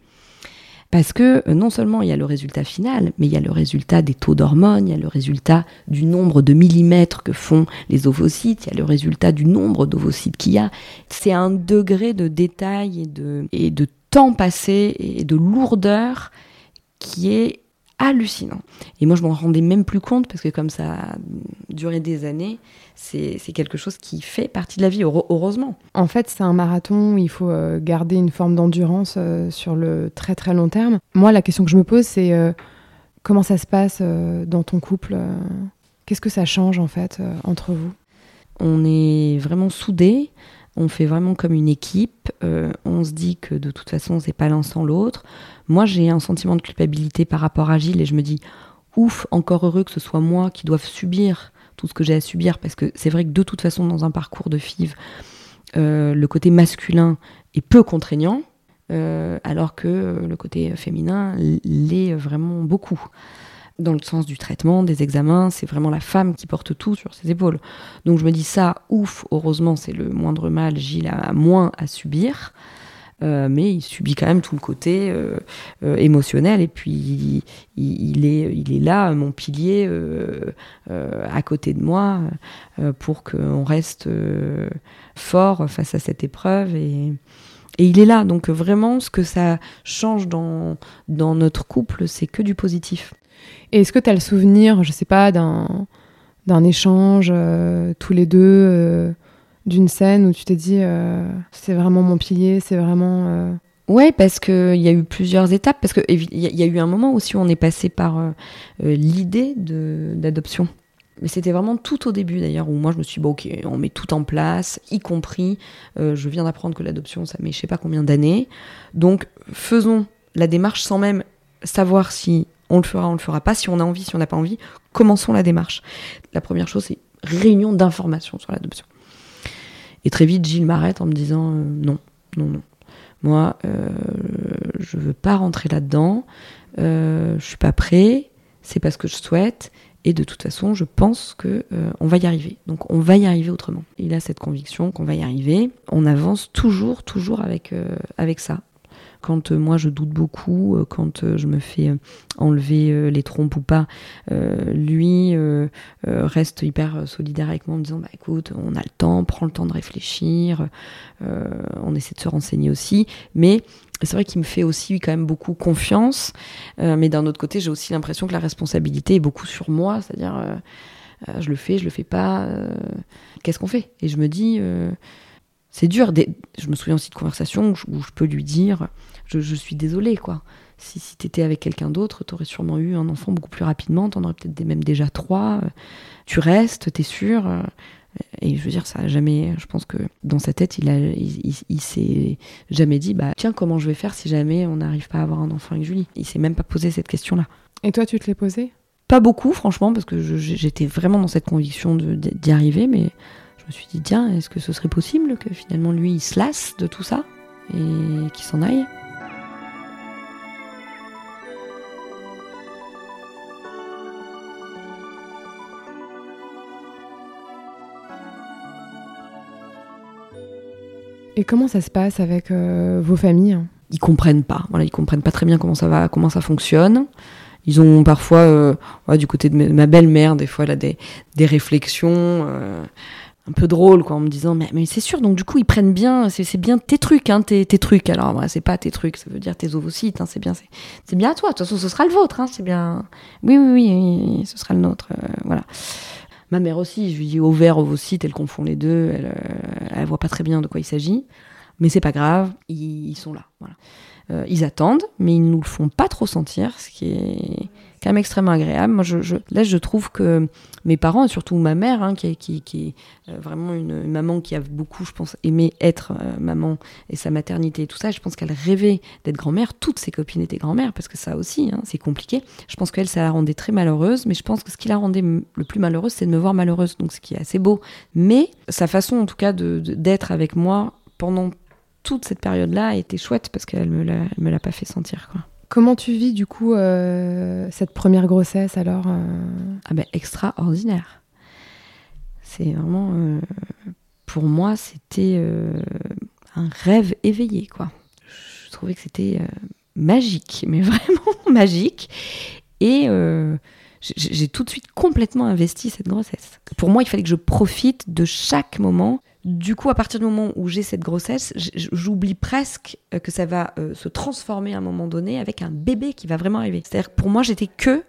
Parce que non seulement il y a le résultat final, mais il y a le résultat des taux d'hormones, il y a le résultat du nombre de millimètres que font les ovocytes, il y a le résultat du nombre d'ovocytes qu'il y a. C'est un degré de détail et de, et de temps passé et de lourdeur qui est hallucinant. Et moi, je m'en rendais même plus compte parce que comme ça a duré des années, c'est, c'est quelque chose qui fait partie de la vie, heureusement. En fait, c'est un marathon où il faut euh, garder une forme d'endurance euh, sur le très très long terme. Moi, la question que je me pose, c'est euh, comment ça se passe euh, dans ton couple euh, Qu'est-ce que ça change en fait euh, entre vous ? On est vraiment soudés. On fait vraiment comme une équipe, euh, on se dit que de toute façon, c'est pas l'un sans l'autre. Moi, j'ai un sentiment de culpabilité par rapport à Gilles et je me dis, ouf, encore heureux que ce soit moi qui doive subir tout ce que j'ai à subir, parce que c'est vrai que de toute façon, dans un parcours de F I V, euh, le côté masculin est peu contraignant, euh, alors que le côté féminin l'est vraiment beaucoup. Dans le sens du traitement, des examens, c'est vraiment la femme qui porte tout sur ses épaules. Donc je me dis ça, ouf, heureusement c'est le moindre mal, Gilles a moins à subir, euh, mais il subit quand même tout le côté euh, euh, émotionnel, et puis il, il, est, il est là, mon pilier, euh, euh, à côté de moi, euh, pour qu'on reste euh, fort face à cette épreuve, et... Et il est là, donc vraiment, ce que ça change dans, dans notre couple, c'est que du positif. Et est-ce que tu as le souvenir, je sais pas, d'un, d'un échange, euh, tous les deux, euh, d'une scène où tu t'es dit, euh, c'est vraiment mon pilier, c'est vraiment... Euh... Ouais, parce qu'il y a eu plusieurs étapes, parce qu'il y, y a eu un moment aussi où on est passé par euh, l'idée de, d'adoption. Mais c'était vraiment tout au début d'ailleurs, où moi je me suis dit, bon ok, on met tout en place, y compris, euh, je viens d'apprendre que l'adoption ça met je sais pas combien d'années, donc faisons la démarche sans même savoir si on le fera, on le fera pas, si on a envie, si on n'a pas envie, commençons la démarche. La première chose c'est réunion d'information sur l'adoption. Et très vite Gilles m'arrête en me disant, euh, non, non, non, moi euh, je veux pas rentrer là-dedans, euh, je suis pas prêt, c'est pas ce que je souhaite, Et de toute façon, je pense qu'on euh, va y arriver. Donc on va y arriver autrement. Il a cette conviction qu'on va y arriver. On avance toujours, toujours avec, euh, avec ça. Quand euh, moi je doute beaucoup, euh, quand euh, je me fais euh, enlever euh, les trompes ou pas, euh, lui euh, euh, reste hyper solidaire avec moi en me disant bah, écoute, on a le temps, prends le temps de réfléchir, euh, on essaie de se renseigner aussi, mais c'est vrai qu'il me fait aussi quand même beaucoup confiance, euh, mais d'un autre côté j'ai aussi l'impression que la responsabilité est beaucoup sur moi, c'est-à-dire euh, euh, je le fais, je le fais pas, euh, qu'est-ce qu'on fait ? Et je me dis... Euh, c'est dur. Des... Je me souviens aussi de conversations où je, où je peux lui dire je, je suis désolée, quoi. Si, si t'étais avec quelqu'un d'autre, t'aurais sûrement eu un enfant beaucoup plus rapidement, t'en aurais peut-être des, même déjà trois. Tu restes, t'es sûr. Et je veux dire, ça a jamais. Je pense que dans sa tête, il, a, il, il, il s'est jamais dit bah, tiens, comment je vais faire si jamais on n'arrive pas à avoir un enfant avec Julie ? Il s'est même pas posé cette question-là. Et toi, tu te l'es posée ? Pas beaucoup, franchement, parce que je, j'étais vraiment dans cette conviction de, d'y arriver, mais. Je me suis dit, tiens, est-ce que ce serait possible que finalement lui, il se lasse de tout ça et qu'il s'en aille ? Et comment ça se passe avec euh, vos familles ? Ils comprennent pas. Voilà, ils comprennent pas très bien comment ça va, comment ça fonctionne. Ils ont parfois, euh, ouais, du côté de ma belle-mère, des fois, elle a des, des réflexions... Euh, un peu drôle, quoi, en me disant mais, mais c'est sûr, donc du coup ils prennent bien, c'est, c'est bien tes trucs, hein, tes, tes trucs. Alors ouais, c'est pas tes trucs, ça veut dire tes ovocytes, hein, c'est bien, c'est, c'est bien à toi. De toute façon, ce sera le vôtre, hein, c'est bien. Oui, oui, oui, oui, ce sera le nôtre, euh, voilà. Ma mère aussi, je lui dis ovaire, ovocyte, elle confond les deux, elle, euh, elle voit pas très bien de quoi il s'agit, mais c'est pas grave, ils, ils sont là, voilà. Euh, ils attendent, mais ils nous le font pas trop sentir, ce qui est quand même extrêmement agréable. Moi, je, je, là, je trouve que mes parents, et surtout ma mère, hein, qui, qui, qui est vraiment une, une maman qui a beaucoup, je pense, aimé être euh, maman et sa maternité et tout ça, je pense qu'elle rêvait d'être grand-mère. Toutes ses copines étaient grand-mères, parce que ça aussi, hein, c'est compliqué. Je pense qu'elle, ça la rendait très malheureuse, mais je pense que ce qui la rendait m- le plus malheureuse, c'est de me voir malheureuse, donc ce qui est assez beau. Mais sa façon, en tout cas, de, de, d'être avec moi pendant toute cette période-là a été chouette, parce qu'elle me l'a, elle me l'a pas fait sentir, quoi. Comment tu vis du coup euh, cette première grossesse alors euh... Ah ben extraordinaire. C'est vraiment, euh, pour moi, c'était euh, un rêve éveillé, quoi. Je trouvais que c'était euh, magique, mais vraiment magique. Et euh, j'ai, j'ai tout de suite complètement investi cette grossesse. Pour moi, il fallait que je profite de chaque moment. Du coup, à partir du moment où j'ai cette grossesse, j'oublie presque que ça va euh, se transformer à un moment donné avec un bébé qui va vraiment arriver. C'est-à-dire que pour moi, j'étais que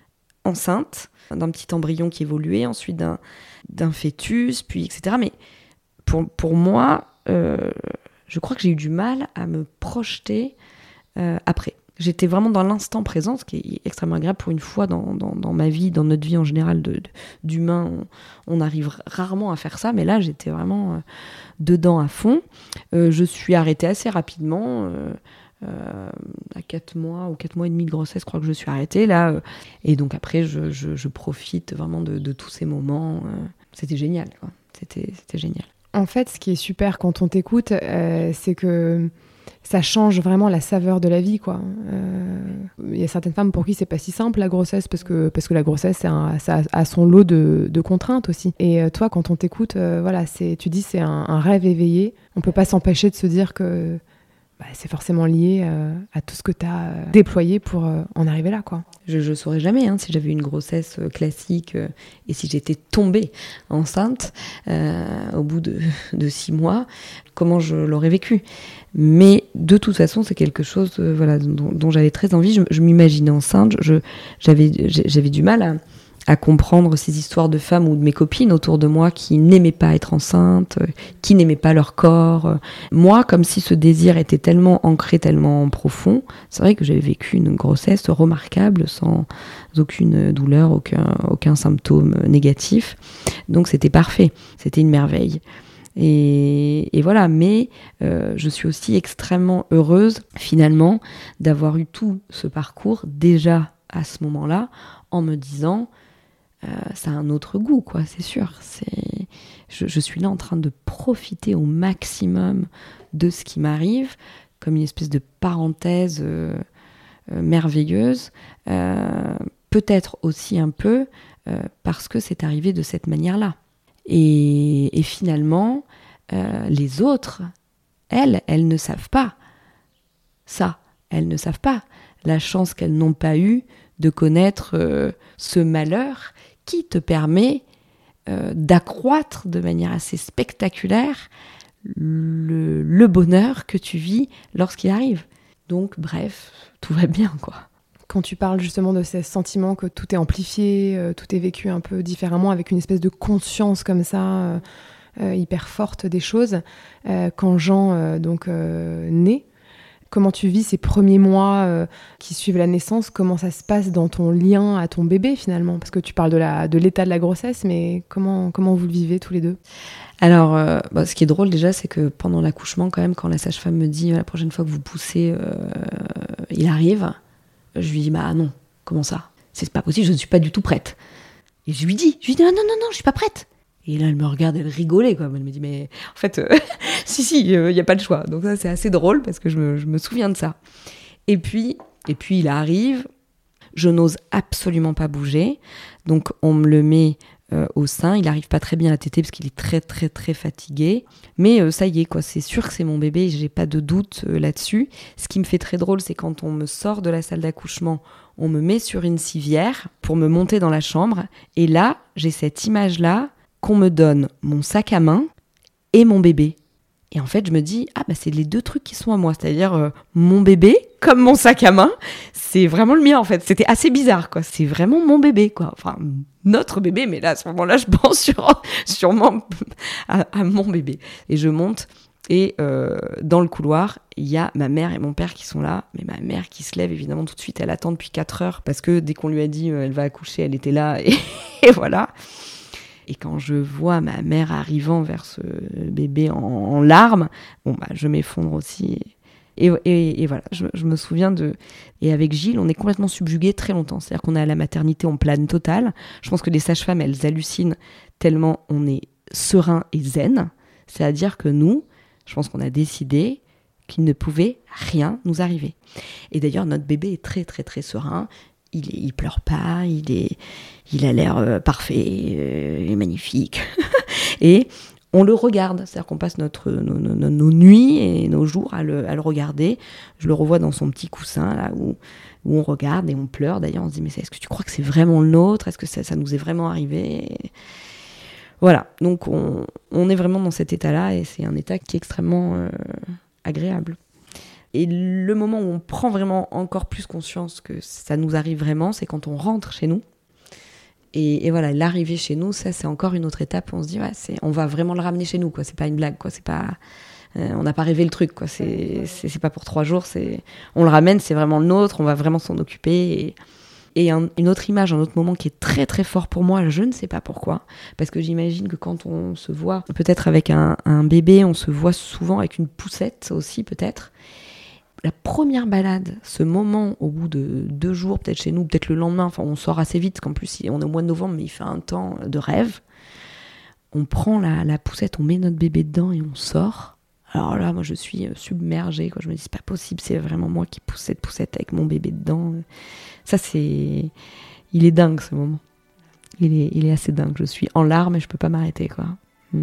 enceinte d'un petit embryon qui évoluait, ensuite d'un, d'un fœtus, puis et cetera. Mais pour, pour moi, euh, je crois que j'ai eu du mal à me projeter euh, après. J'étais vraiment dans l'instant présent, ce qui est extrêmement agréable pour une fois dans, dans, dans ma vie, dans notre vie en général de, de, d'humain. On, on arrive rarement à faire ça, mais là, j'étais vraiment euh, dedans à fond. Euh, je suis arrêtée assez rapidement, euh, euh, à quatre mois ou quatre mois et demi de grossesse, je crois que je suis arrêtée là. Euh, et donc après, je, je, je profite vraiment de, de tous ces moments. Euh, c'était génial, quoi. C'était, c'était génial. En fait, ce qui est super quand on t'écoute, euh, c'est que ça change vraiment la saveur de la vie, quoi. Euh, y a certaines femmes pour qui c'est pas si simple la grossesse, parce que, parce que la grossesse, c'est un, ça a son lot de, de contraintes aussi. Et euh, toi, quand on t'écoute, euh, voilà, c'est, tu dis c'est un, un rêve éveillé. On peut pas s'empêcher de se dire que bah, c'est forcément lié euh, à tout ce que tu as euh, déployé pour euh, en arriver là, quoi. Je ne saurais jamais hein, si j'avais une grossesse euh, classique euh, et si j'étais tombée enceinte euh, au bout de, de six mois, comment je l'aurais vécu. Mais de toute façon, c'est quelque chose euh, voilà, dont, dont j'avais très envie. Je, je m'imaginais enceinte, je, j'avais, j'avais du mal à, à comprendre ces histoires de femmes ou de mes copines autour de moi qui n'aimaient pas être enceintes, qui n'aimaient pas leur corps. Moi, comme si ce désir était tellement ancré, tellement profond, c'est vrai que j'avais vécu une grossesse remarquable, sans aucune douleur, aucun, aucun symptôme négatif. Donc c'était parfait, c'était une merveille. Et, et voilà, mais euh, je suis aussi extrêmement heureuse, finalement, d'avoir eu tout ce parcours déjà à ce moment-là, en me disant... Euh, ça a un autre goût, quoi, c'est sûr. C'est... Je, je suis là en train de profiter au maximum de ce qui m'arrive, comme une espèce de parenthèse euh, euh, merveilleuse. Euh, peut-être aussi un peu euh, parce que c'est arrivé de cette manière-là. Et, et finalement, euh, les autres, elles, elles ne savent pas ça. Elles ne savent pas la chance qu'elles n'ont pas eue de connaître euh, ce malheur qui te permet euh, d'accroître de manière assez spectaculaire le, le bonheur que tu vis lorsqu'il arrive. Donc, bref, tout va bien, quoi. Quand tu parles justement de ces sentiments que tout est amplifié, euh, tout est vécu un peu différemment, avec une espèce de conscience comme ça, euh, euh, hyper forte des choses, euh, quand Jean euh, donc, euh, naît, comment tu vis ces premiers mois euh, qui suivent la naissance? Comment ça se passe dans ton lien à ton bébé finalement? Parce que tu parles de, la, de l'état de la grossesse, mais comment, comment vous le vivez tous les deux? Alors, euh, bah, ce qui est drôle déjà, c'est que pendant l'accouchement, quand même, quand la sage-femme me dit la prochaine fois que vous poussez, euh, il arrive, je lui dis bah non, comment ça? C'est pas possible, je ne suis pas du tout prête. Et je lui dis, je lui dis non, non, non, non, je suis pas prête. Et là, elle me regarde, elle rigolait, quoi. Elle me dit, mais en fait, euh, si, si, il euh, n'y a pas le choix. Donc ça, c'est assez drôle parce que je me, je me souviens de ça. Et puis, et puis, il arrive, je n'ose absolument pas bouger. Donc, on me le met euh, au sein. Il n'arrive pas très bien à téter parce qu'il est très, très, très fatigué. Mais euh, ça y est, quoi. C'est sûr que c'est mon bébé, j'ai pas de doute euh, là-dessus. Ce qui me fait très drôle, c'est quand on me sort de la salle d'accouchement, on me met sur une civière pour me monter dans la chambre. Et là, j'ai cette image-là qu'on me donne mon sac à main et mon bébé. Et en fait, je me dis, ah bah c'est les deux trucs qui sont à moi, c'est-à-dire euh, mon bébé comme mon sac à main, c'est vraiment le mien en fait. C'était assez bizarre, quoi. C'est vraiment mon bébé, quoi. Enfin, notre bébé, mais là, à ce moment-là, je pense sur, sûrement à, à mon bébé. Et je monte, et euh, dans le couloir, il y a ma mère et mon père qui sont là, mais ma mère qui se lève, évidemment, tout de suite, elle attend depuis quatre heures, parce que dès qu'on lui a dit, euh, elle va accoucher, elle était là, et, et voilà. Et quand je vois ma mère arrivant vers ce bébé en, en larmes, bon bah je m'effondre aussi. Et, et, et voilà, je, je me souviens de... Et avec Gilles, on est complètement subjugués très longtemps. C'est-à-dire qu'on est à la maternité en plane totale. Je pense que les sages-femmes, elles hallucinent tellement on est serein et zen. C'est-à-dire que nous, je pense qu'on a décidé qu'il ne pouvait rien nous arriver. Et d'ailleurs, notre bébé est très très très serein. Il, est, il pleure pas, il, est, il a l'air euh, parfait, euh, il est magnifique. Et on le regarde, c'est-à-dire qu'on passe notre, nos, nos, nos nuits et nos jours à le, à le regarder. Je le revois dans son petit coussin, là, où, où on regarde et on pleure. D'ailleurs, on se dit, mais est-ce que tu crois que c'est vraiment le nôtre? Est-ce que ça, ça nous est vraiment arrivé? Voilà, donc on, on est vraiment dans cet état-là, et c'est un état qui est extrêmement euh, agréable. Et le moment où on prend vraiment encore plus conscience que ça nous arrive vraiment, c'est quand on rentre chez nous. Et, et voilà, l'arrivée chez nous, ça c'est encore une autre étape. On se dit, ouais, c'est, on va vraiment le ramener chez nous, quoi. C'est pas une blague, quoi. C'est pas, euh, on n'a pas rêvé le truc, quoi. C'est, c'est, c'est pas pour trois jours. C'est, on le ramène, c'est vraiment le nôtre. On va vraiment s'en occuper. Et, et un, une autre image, un autre moment qui est très très fort pour moi, je ne sais pas pourquoi, parce que j'imagine que quand on se voit, peut-être avec un, un bébé, on se voit souvent avec une poussette aussi, peut-être. La première balade, ce moment au bout de deux jours, peut-être chez nous, peut-être le lendemain, enfin on sort assez vite, qu'en plus on est au mois de novembre, mais il fait un temps de rêve. On prend la, la poussette, on met notre bébé dedans et on sort. Alors là, moi je suis submergée, quoi. Je me dis c'est pas possible, c'est vraiment moi qui pousse cette poussette avec mon bébé dedans. Ça c'est, il est dingue ce moment. Il est, il est assez dingue. Je suis en larmes et je peux pas m'arrêter, quoi. Mm.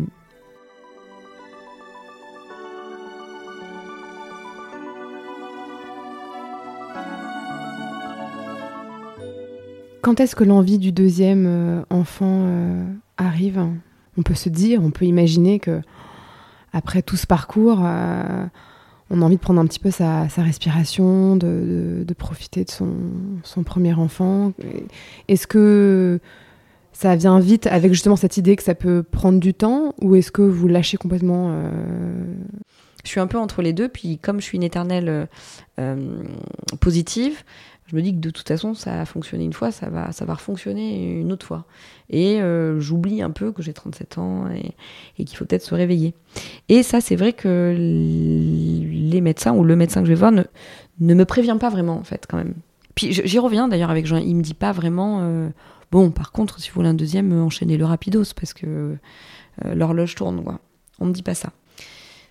Quand est-ce que l'envie du deuxième euh, enfant euh, arrive? On peut se dire, on peut imaginer que après tout ce parcours, euh, on a envie de prendre un petit peu sa, sa respiration, de, de, de profiter de son, son premier enfant. Est-ce que ça vient vite avec justement cette idée que ça peut prendre du temps, ou est-ce que vous lâchez complètement euh... Je suis un peu entre les deux, puis comme je suis une éternelle euh, positive, je me dis que de toute façon, ça a fonctionné une fois, ça va, ça va refonctionner une autre fois. Et euh, j'oublie un peu que j'ai trente-sept ans et, et qu'il faut peut-être se réveiller. Et ça, c'est vrai que les médecins, ou le médecin que je vais voir, ne, ne me prévient pas vraiment, en fait, quand même. Puis j'y reviens d'ailleurs avec Jean, il me dit pas vraiment... Euh, bon, par contre, si vous voulez un deuxième, enchaînez-le rapidos, parce que euh, l'horloge tourne, quoi. On me dit pas ça.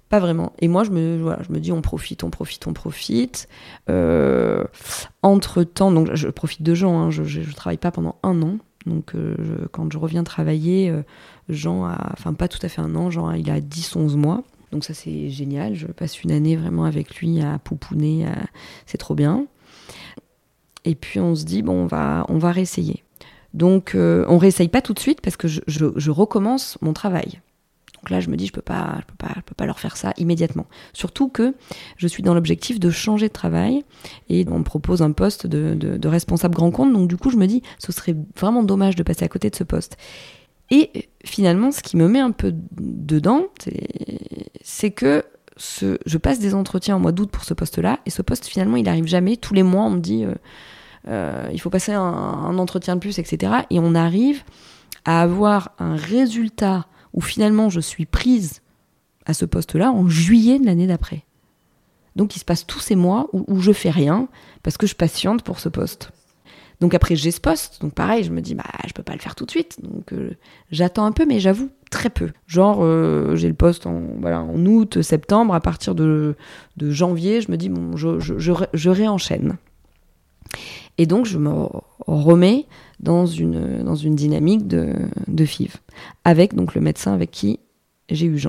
Pas vraiment. Et moi, je me, voilà, je me dis, on profite, on profite, on profite. Euh, entre-temps, donc je profite de Jean, hein, je ne travaille pas pendant un an. Donc euh, je, quand je reviens travailler, euh, Jean a, enfin pas tout à fait un an, Jean il a dix onze mois. Donc ça c'est génial, je passe une année vraiment avec lui à poupouner, à... c'est trop bien. Et puis on se dit, bon, on va, on va réessayer. Donc euh, on réessaye pas tout de suite parce que je, je, je recommence mon travail. Donc là, je me dis, je peux pas, je peux pas, je peux pas leur faire ça immédiatement. Surtout que je suis dans l'objectif de changer de travail et on me propose un poste de, de, de responsable grand compte. Donc du coup, je me dis, ce serait vraiment dommage de passer à côté de ce poste. Et finalement, ce qui me met un peu dedans, c'est, c'est que ce, je passe des entretiens en mois d'août pour ce poste-là et ce poste, finalement, il n'arrive jamais. Tous les mois, on me dit, euh, euh, il faut passer un, un entretien de plus, et cetera. Et on arrive à avoir un résultat où finalement je suis prise à ce poste-là en juillet de l'année d'après. Donc il se passe tous ces mois où, où je fais rien parce que je patiente pour ce poste. Donc après j'ai ce poste, donc pareil, je me dis bah je peux pas le faire tout de suite, donc euh, j'attends un peu, mais j'avoue très peu. Genre euh, j'ai le poste en voilà en août, septembre, à partir de, de janvier, je me dis bon je, je, je, je réenchaîne. Et donc, je me remets dans une, dans une dynamique de, de F I V, avec donc, le médecin avec qui j'ai eu Jean.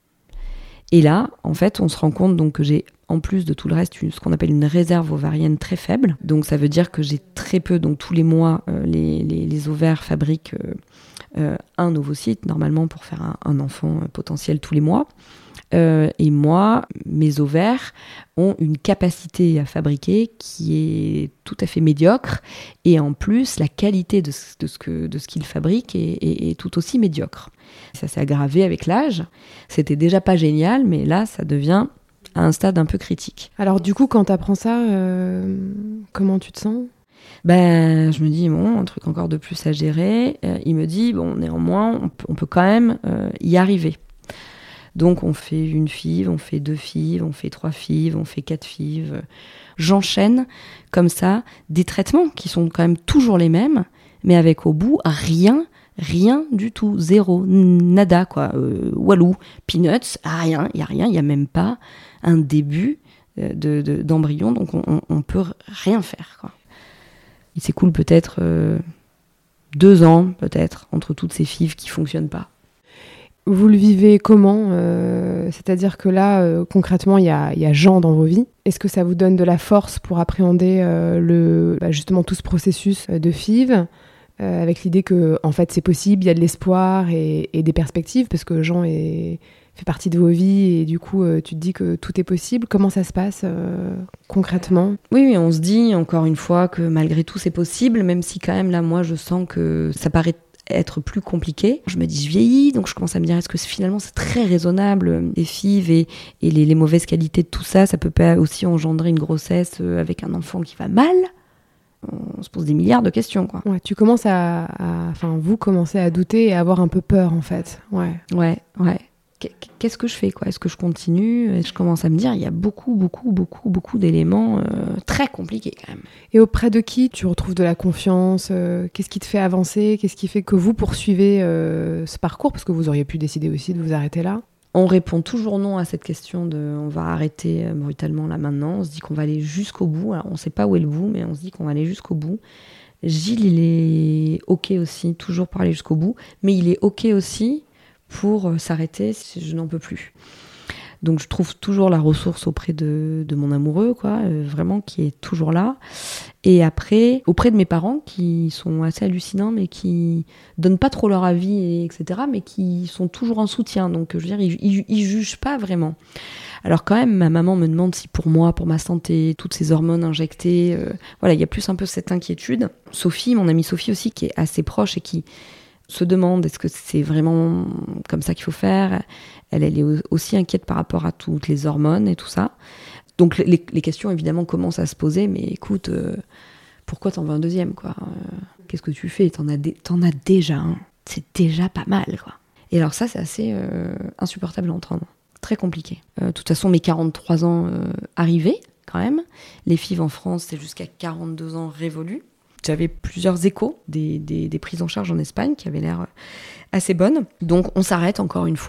Et là, en fait, on se rend compte donc, que j'ai, en plus de tout le reste, ce qu'on appelle une réserve ovarienne très faible. Donc, ça veut dire que j'ai très peu, donc tous les mois, euh, les, les, les ovaires fabriquent euh, euh, un ovocyte, normalement, pour faire un, un enfant euh, potentiel tous les mois. Euh, et moi, mes ovaires ont une capacité à fabriquer qui est tout à fait médiocre, et en plus la qualité de ce, de ce, que, de ce qu'ils fabriquent est, est, est tout aussi médiocre. Ça s'est aggravé avec l'âge, c'était déjà pas génial, mais là ça devient à un stade un peu critique. Alors du coup, quand t'apprends ça, euh, comment tu te sens ? Ben, je me dis, bon, un truc encore de plus à gérer. Euh, il me dit, bon, néanmoins, on peut, on peut quand même euh, y arriver. Donc on fait une F I V, on fait deux F I V, on fait trois F I V, on fait quatre F I V. J'enchaîne comme ça des traitements qui sont quand même toujours les mêmes, mais avec au bout rien, rien du tout, zéro, nada quoi. Euh, walou, peanuts, rien, il y a rien, il y a même pas un début de, de, d'embryon, donc on, on, on peut rien faire quoi. Il s'écoule peut-être euh, deux ans peut-être entre toutes ces F I V qui fonctionnent pas. Vous le vivez comment ? euh, C'est-à-dire que là, euh, concrètement, il y a, y a Jean dans vos vies. Est-ce que ça vous donne de la force pour appréhender euh, le, bah, justement tout ce processus de F I V, euh, avec l'idée que en fait c'est possible, il y a de l'espoir et, et des perspectives, parce que Jean est, fait partie de vos vies et du coup euh, tu te dis que tout est possible. Comment ça se passe euh, concrètement ? Oui, oui, on se dit encore une fois que malgré tout c'est possible, même si quand même là moi je sens que ça paraît être plus compliqué. Je me dis, je vieillis, donc je commence à me dire, est-ce que finalement c'est très raisonnable, les F I V et, et les, les mauvaises qualités de tout ça, ça peut pas aussi engendrer une grossesse avec un enfant qui va mal ? On se pose des milliards de questions, quoi. Ouais, tu commences à, à, enfin, vous commencez à douter et à avoir un peu peur, en fait. Ouais, ouais, ouais. Qu'est-ce que je fais, quoi ? Est-ce que je continue ? Et je commence à me dire, il y a beaucoup, beaucoup, beaucoup, beaucoup d'éléments euh, très compliqués quand même. Et auprès de qui tu retrouves de la confiance ? euh, Qu'est-ce qui te fait avancer ? Qu'est-ce qui fait que vous poursuivez euh, ce parcours ? Parce que vous auriez pu décider aussi de vous arrêter là. On répond toujours non à cette question de on va arrêter brutalement là maintenant. On se dit qu'on va aller jusqu'au bout. Alors on ne sait pas où est le bout, mais on se dit qu'on va aller jusqu'au bout. Gilles, il est OK aussi, toujours pour aller jusqu'au bout. Mais il est OK aussi pour s'arrêter si je n'en peux plus. Donc je trouve toujours la ressource auprès de, de mon amoureux, quoi, euh, vraiment, qui est toujours là. Et après, auprès de mes parents, qui sont assez hallucinants, mais qui donnent pas trop leur avis, et, etc., mais qui sont toujours en soutien. Donc je veux dire, ils, ils, ils jugent pas vraiment. Alors quand même, ma maman me demande si pour moi, pour ma santé, toutes ces hormones injectées, euh, voilà, il y a plus un peu cette inquiétude. Sophie, mon amie Sophie aussi, qui est assez proche et qui se demande est-ce que c'est vraiment comme ça qu'il faut faire. Elle, elle est aussi inquiète par rapport à toutes les hormones et tout ça. Donc les, les questions évidemment commencent à se poser, mais écoute, euh, pourquoi t'en veux un deuxième, quoi ? euh, Qu'est-ce que tu fais ? T'en as, dé- t'en as déjà un. C'est déjà pas mal, quoi. Et alors ça, c'est assez euh, insupportable à entendre. Très compliqué. Euh, de toute façon, mes quarante-trois ans euh, arrivaient quand même. Les F I V en France, c'est jusqu'à quarante-deux ans révolus. J'avais plusieurs échos des, des, des prises en charge en Espagne qui avaient l'air assez bonnes. Donc on s'arrête encore une fois.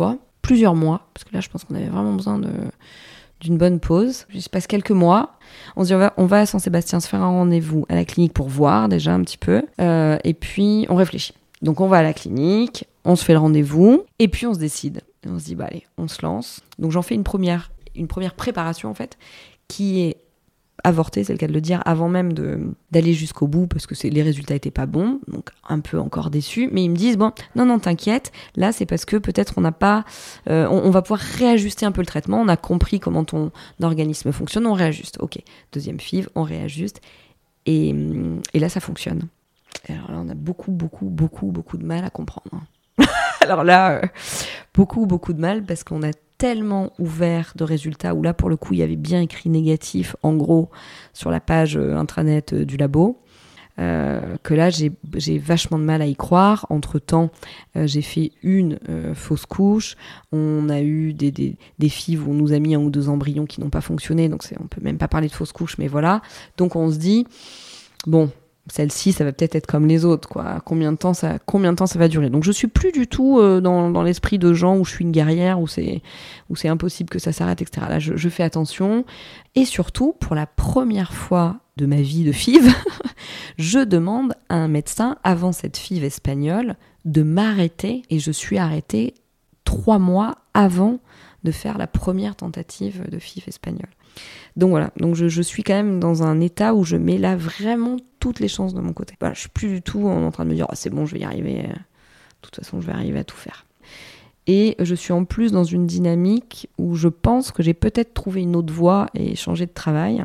plusieurs mois, parce que là, je pense qu'on avait vraiment besoin de, d'une bonne pause. Il se passe quelques mois. On se dit, on va, on va à Saint-Sébastien se faire un rendez-vous à la clinique pour voir déjà un petit peu. Euh, et puis, on réfléchit. Donc, on va à la clinique, on se fait le rendez-vous, et puis on se décide. Et on se dit, bah allez, on se lance. Donc, j'en fais une première, une première préparation, en fait, qui est avorté, c'est le cas de le dire, avant même de, d'aller jusqu'au bout, parce que c'est, les résultats étaient pas bons, donc un peu encore déçus, mais ils me disent, bon, non, non, t'inquiète, là, c'est parce que peut-être on n'a pas, euh, on, on va pouvoir réajuster un peu le traitement, on a compris comment ton organisme fonctionne, on réajuste, ok, deuxième F I V, on réajuste, et, et là, ça fonctionne. Et alors là, on a beaucoup, beaucoup, beaucoup, beaucoup de mal à comprendre. Alors là, euh, beaucoup, beaucoup de mal, parce qu'on a tellement ouvert de résultats où là, pour le coup, il y avait bien écrit négatif, en gros, sur la page euh, intranet euh, du labo, euh, que là, j'ai, j'ai vachement de mal à y croire. Entre-temps, euh, j'ai fait une euh, fausse couche. On a eu des, des, des F I V où on nous a mis un ou deux embryons qui n'ont pas fonctionné, donc c'est, on peut même pas parler de fausse couche, mais voilà. Donc on se dit, bon, celle-ci, ça va peut-être être comme les autres, quoi. Combien de temps ça, combien de temps ça va durer? Donc je suis plus du tout euh, dans, dans l'esprit de gens où je suis une guerrière, où c'est, où c'est impossible que ça s'arrête, et cetera. Là, je, je fais attention. Et surtout, pour la première fois de ma vie de F I V, je demande à un médecin, avant cette F I V espagnole, de m'arrêter. Et je suis arrêtée trois mois avant de faire la première tentative de F I V espagnole. Donc voilà, donc je, je suis quand même dans un état où je mets là vraiment toutes les chances de mon côté. Voilà, je suis plus du tout en train de me dire oh, c'est bon, je vais y arriver. De toute façon, je vais arriver à tout faire. Et je suis en plus dans une dynamique où je pense que j'ai peut-être trouvé une autre voie et changé de travail.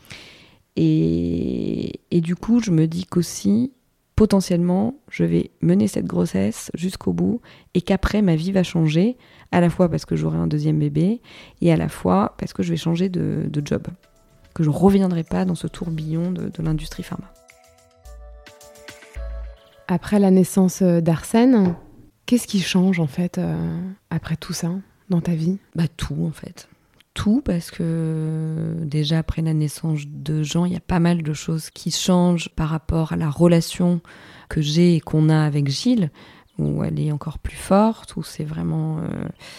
Et, et du coup, je me dis qu'aussi, potentiellement, je vais mener cette grossesse jusqu'au bout et qu'après, ma vie va changer, à la fois parce que j'aurai un deuxième bébé et à la fois parce que je vais changer de, de job, que je ne reviendrai pas dans ce tourbillon de, de l'industrie pharma. Après la naissance d'Arsène, qu'est-ce qui change en fait euh, après tout ça dans ta vie ? Bah tout en fait. Tout parce que déjà après la naissance de Jean, il y a pas mal de choses qui changent par rapport à la relation que j'ai et qu'on a avec Gilles, où elle est encore plus forte, où c'est vraiment euh,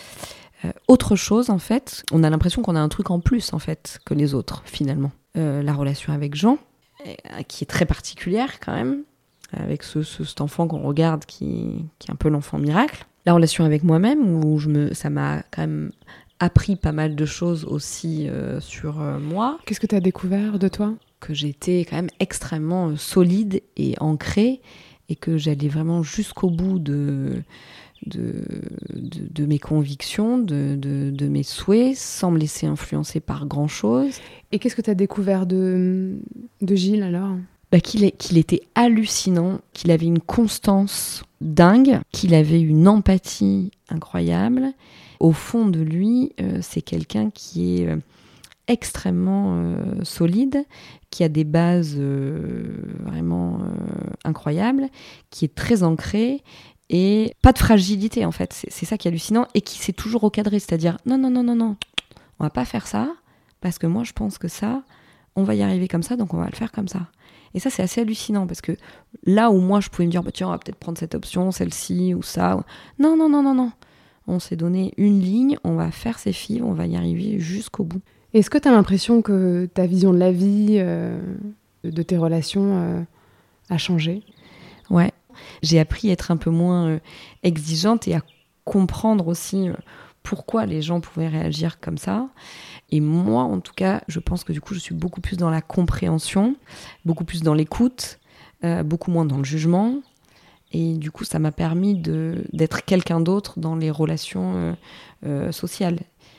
euh, autre chose en fait. On a l'impression qu'on a un truc en plus en fait que les autres finalement. Euh, la relation avec Jean, euh, qui est très particulière quand même, avec ce, ce, cet enfant qu'on regarde qui, qui est un peu l'enfant miracle. La relation avec moi-même, où je me, ça m'a quand même appris pas mal de choses aussi euh, sur euh, moi. Qu'est-ce que tu as découvert de toi ? Que j'étais quand même extrêmement euh, solide et ancrée, et que j'allais vraiment jusqu'au bout de, de, de, de mes convictions, de, de, de mes souhaits, sans me laisser influencer par grand-chose. Et qu'est-ce que tu as découvert de, de Gilles alors ? Bah, qu'il, est, qu'il était hallucinant, qu'il avait une constance dingue, qu'il avait une empathie incroyable. Au fond de lui, euh, c'est quelqu'un qui est euh, extrêmement euh, solide, qui a des bases euh, vraiment euh, incroyables, qui est très ancré et pas de fragilité en fait. C'est, c'est ça qui est hallucinant, et qui s'est toujours recadré, c'est-à-dire non, non, non, non, non, on va pas faire ça parce que moi je pense que ça, on va y arriver comme ça, donc on va le faire comme ça. Et ça, c'est assez hallucinant, parce que là où moi, je pouvais me dire, bah, tiens, on va peut-être prendre cette option, celle-ci ou ça. Non, non, non, non, non. On s'est donné une ligne, on va faire ces F I V, on va y arriver jusqu'au bout. Est-ce que tu as l'impression que ta vision de la vie, euh, de tes relations, euh, a changé ? Ouais. J'ai appris à être un peu moins euh, exigeante et à comprendre aussi euh, pourquoi les gens pouvaient réagir comme ça. Et moi, en tout cas, je pense que du coup, je suis beaucoup plus dans la compréhension, beaucoup plus dans l'écoute, euh, beaucoup moins dans le jugement. Et du coup, ça m'a permis de, d'être quelqu'un d'autre dans les relations euh, euh, sociales.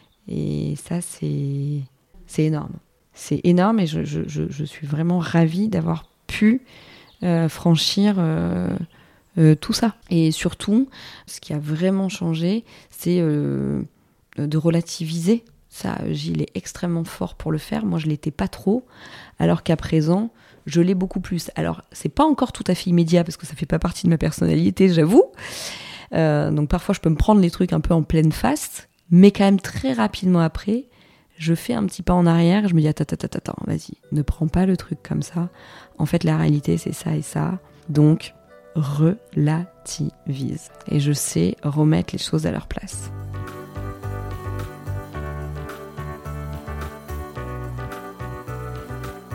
Et ça, c'est, c'est énorme. C'est énorme, et je, je, je, je suis vraiment ravie d'avoir pu euh, franchir euh, euh, tout ça. Et surtout, ce qui a vraiment changé, c'est euh, de relativiser. Ça, Gilles est extrêmement fort pour le faire. Moi, je ne l'étais pas trop, alors qu'à présent, je l'ai beaucoup plus. Alors, c'est pas encore tout à fait immédiat, parce que ça fait pas partie de ma personnalité, j'avoue. Euh, donc, parfois, je peux me prendre les trucs un peu en pleine face, mais quand même très rapidement après, je fais un petit pas en arrière, je me dis, attends, attends, attends, attends, vas-y, ne prends pas le truc comme ça. En fait, la réalité, c'est ça et ça. Donc, relativise. Et je sais remettre les choses à leur place.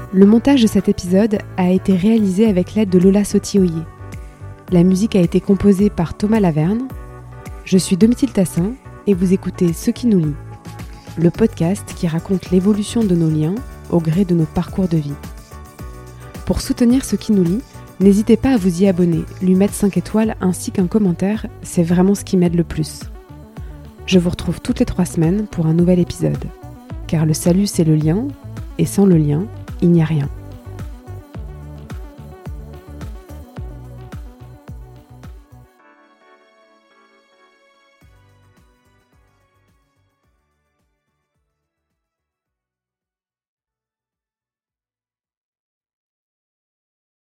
Le montage de cet épisode a été réalisé avec l'aide de Lola Sotioyer. La musique a été composée par Thomas Laverne. Je suis Domitille Tassin et vous écoutez Ce qui nous lie, le podcast qui raconte l'évolution de nos liens au gré de nos parcours de vie. Pour soutenir Ce qui nous lie, n'hésitez pas à vous y abonner, lui mettre cinq étoiles ainsi qu'un commentaire, c'est vraiment ce qui m'aide le plus. Je vous retrouve toutes les trois semaines pour un nouvel épisode. Car le salut c'est le lien, et sans le lien, il n'y a rien.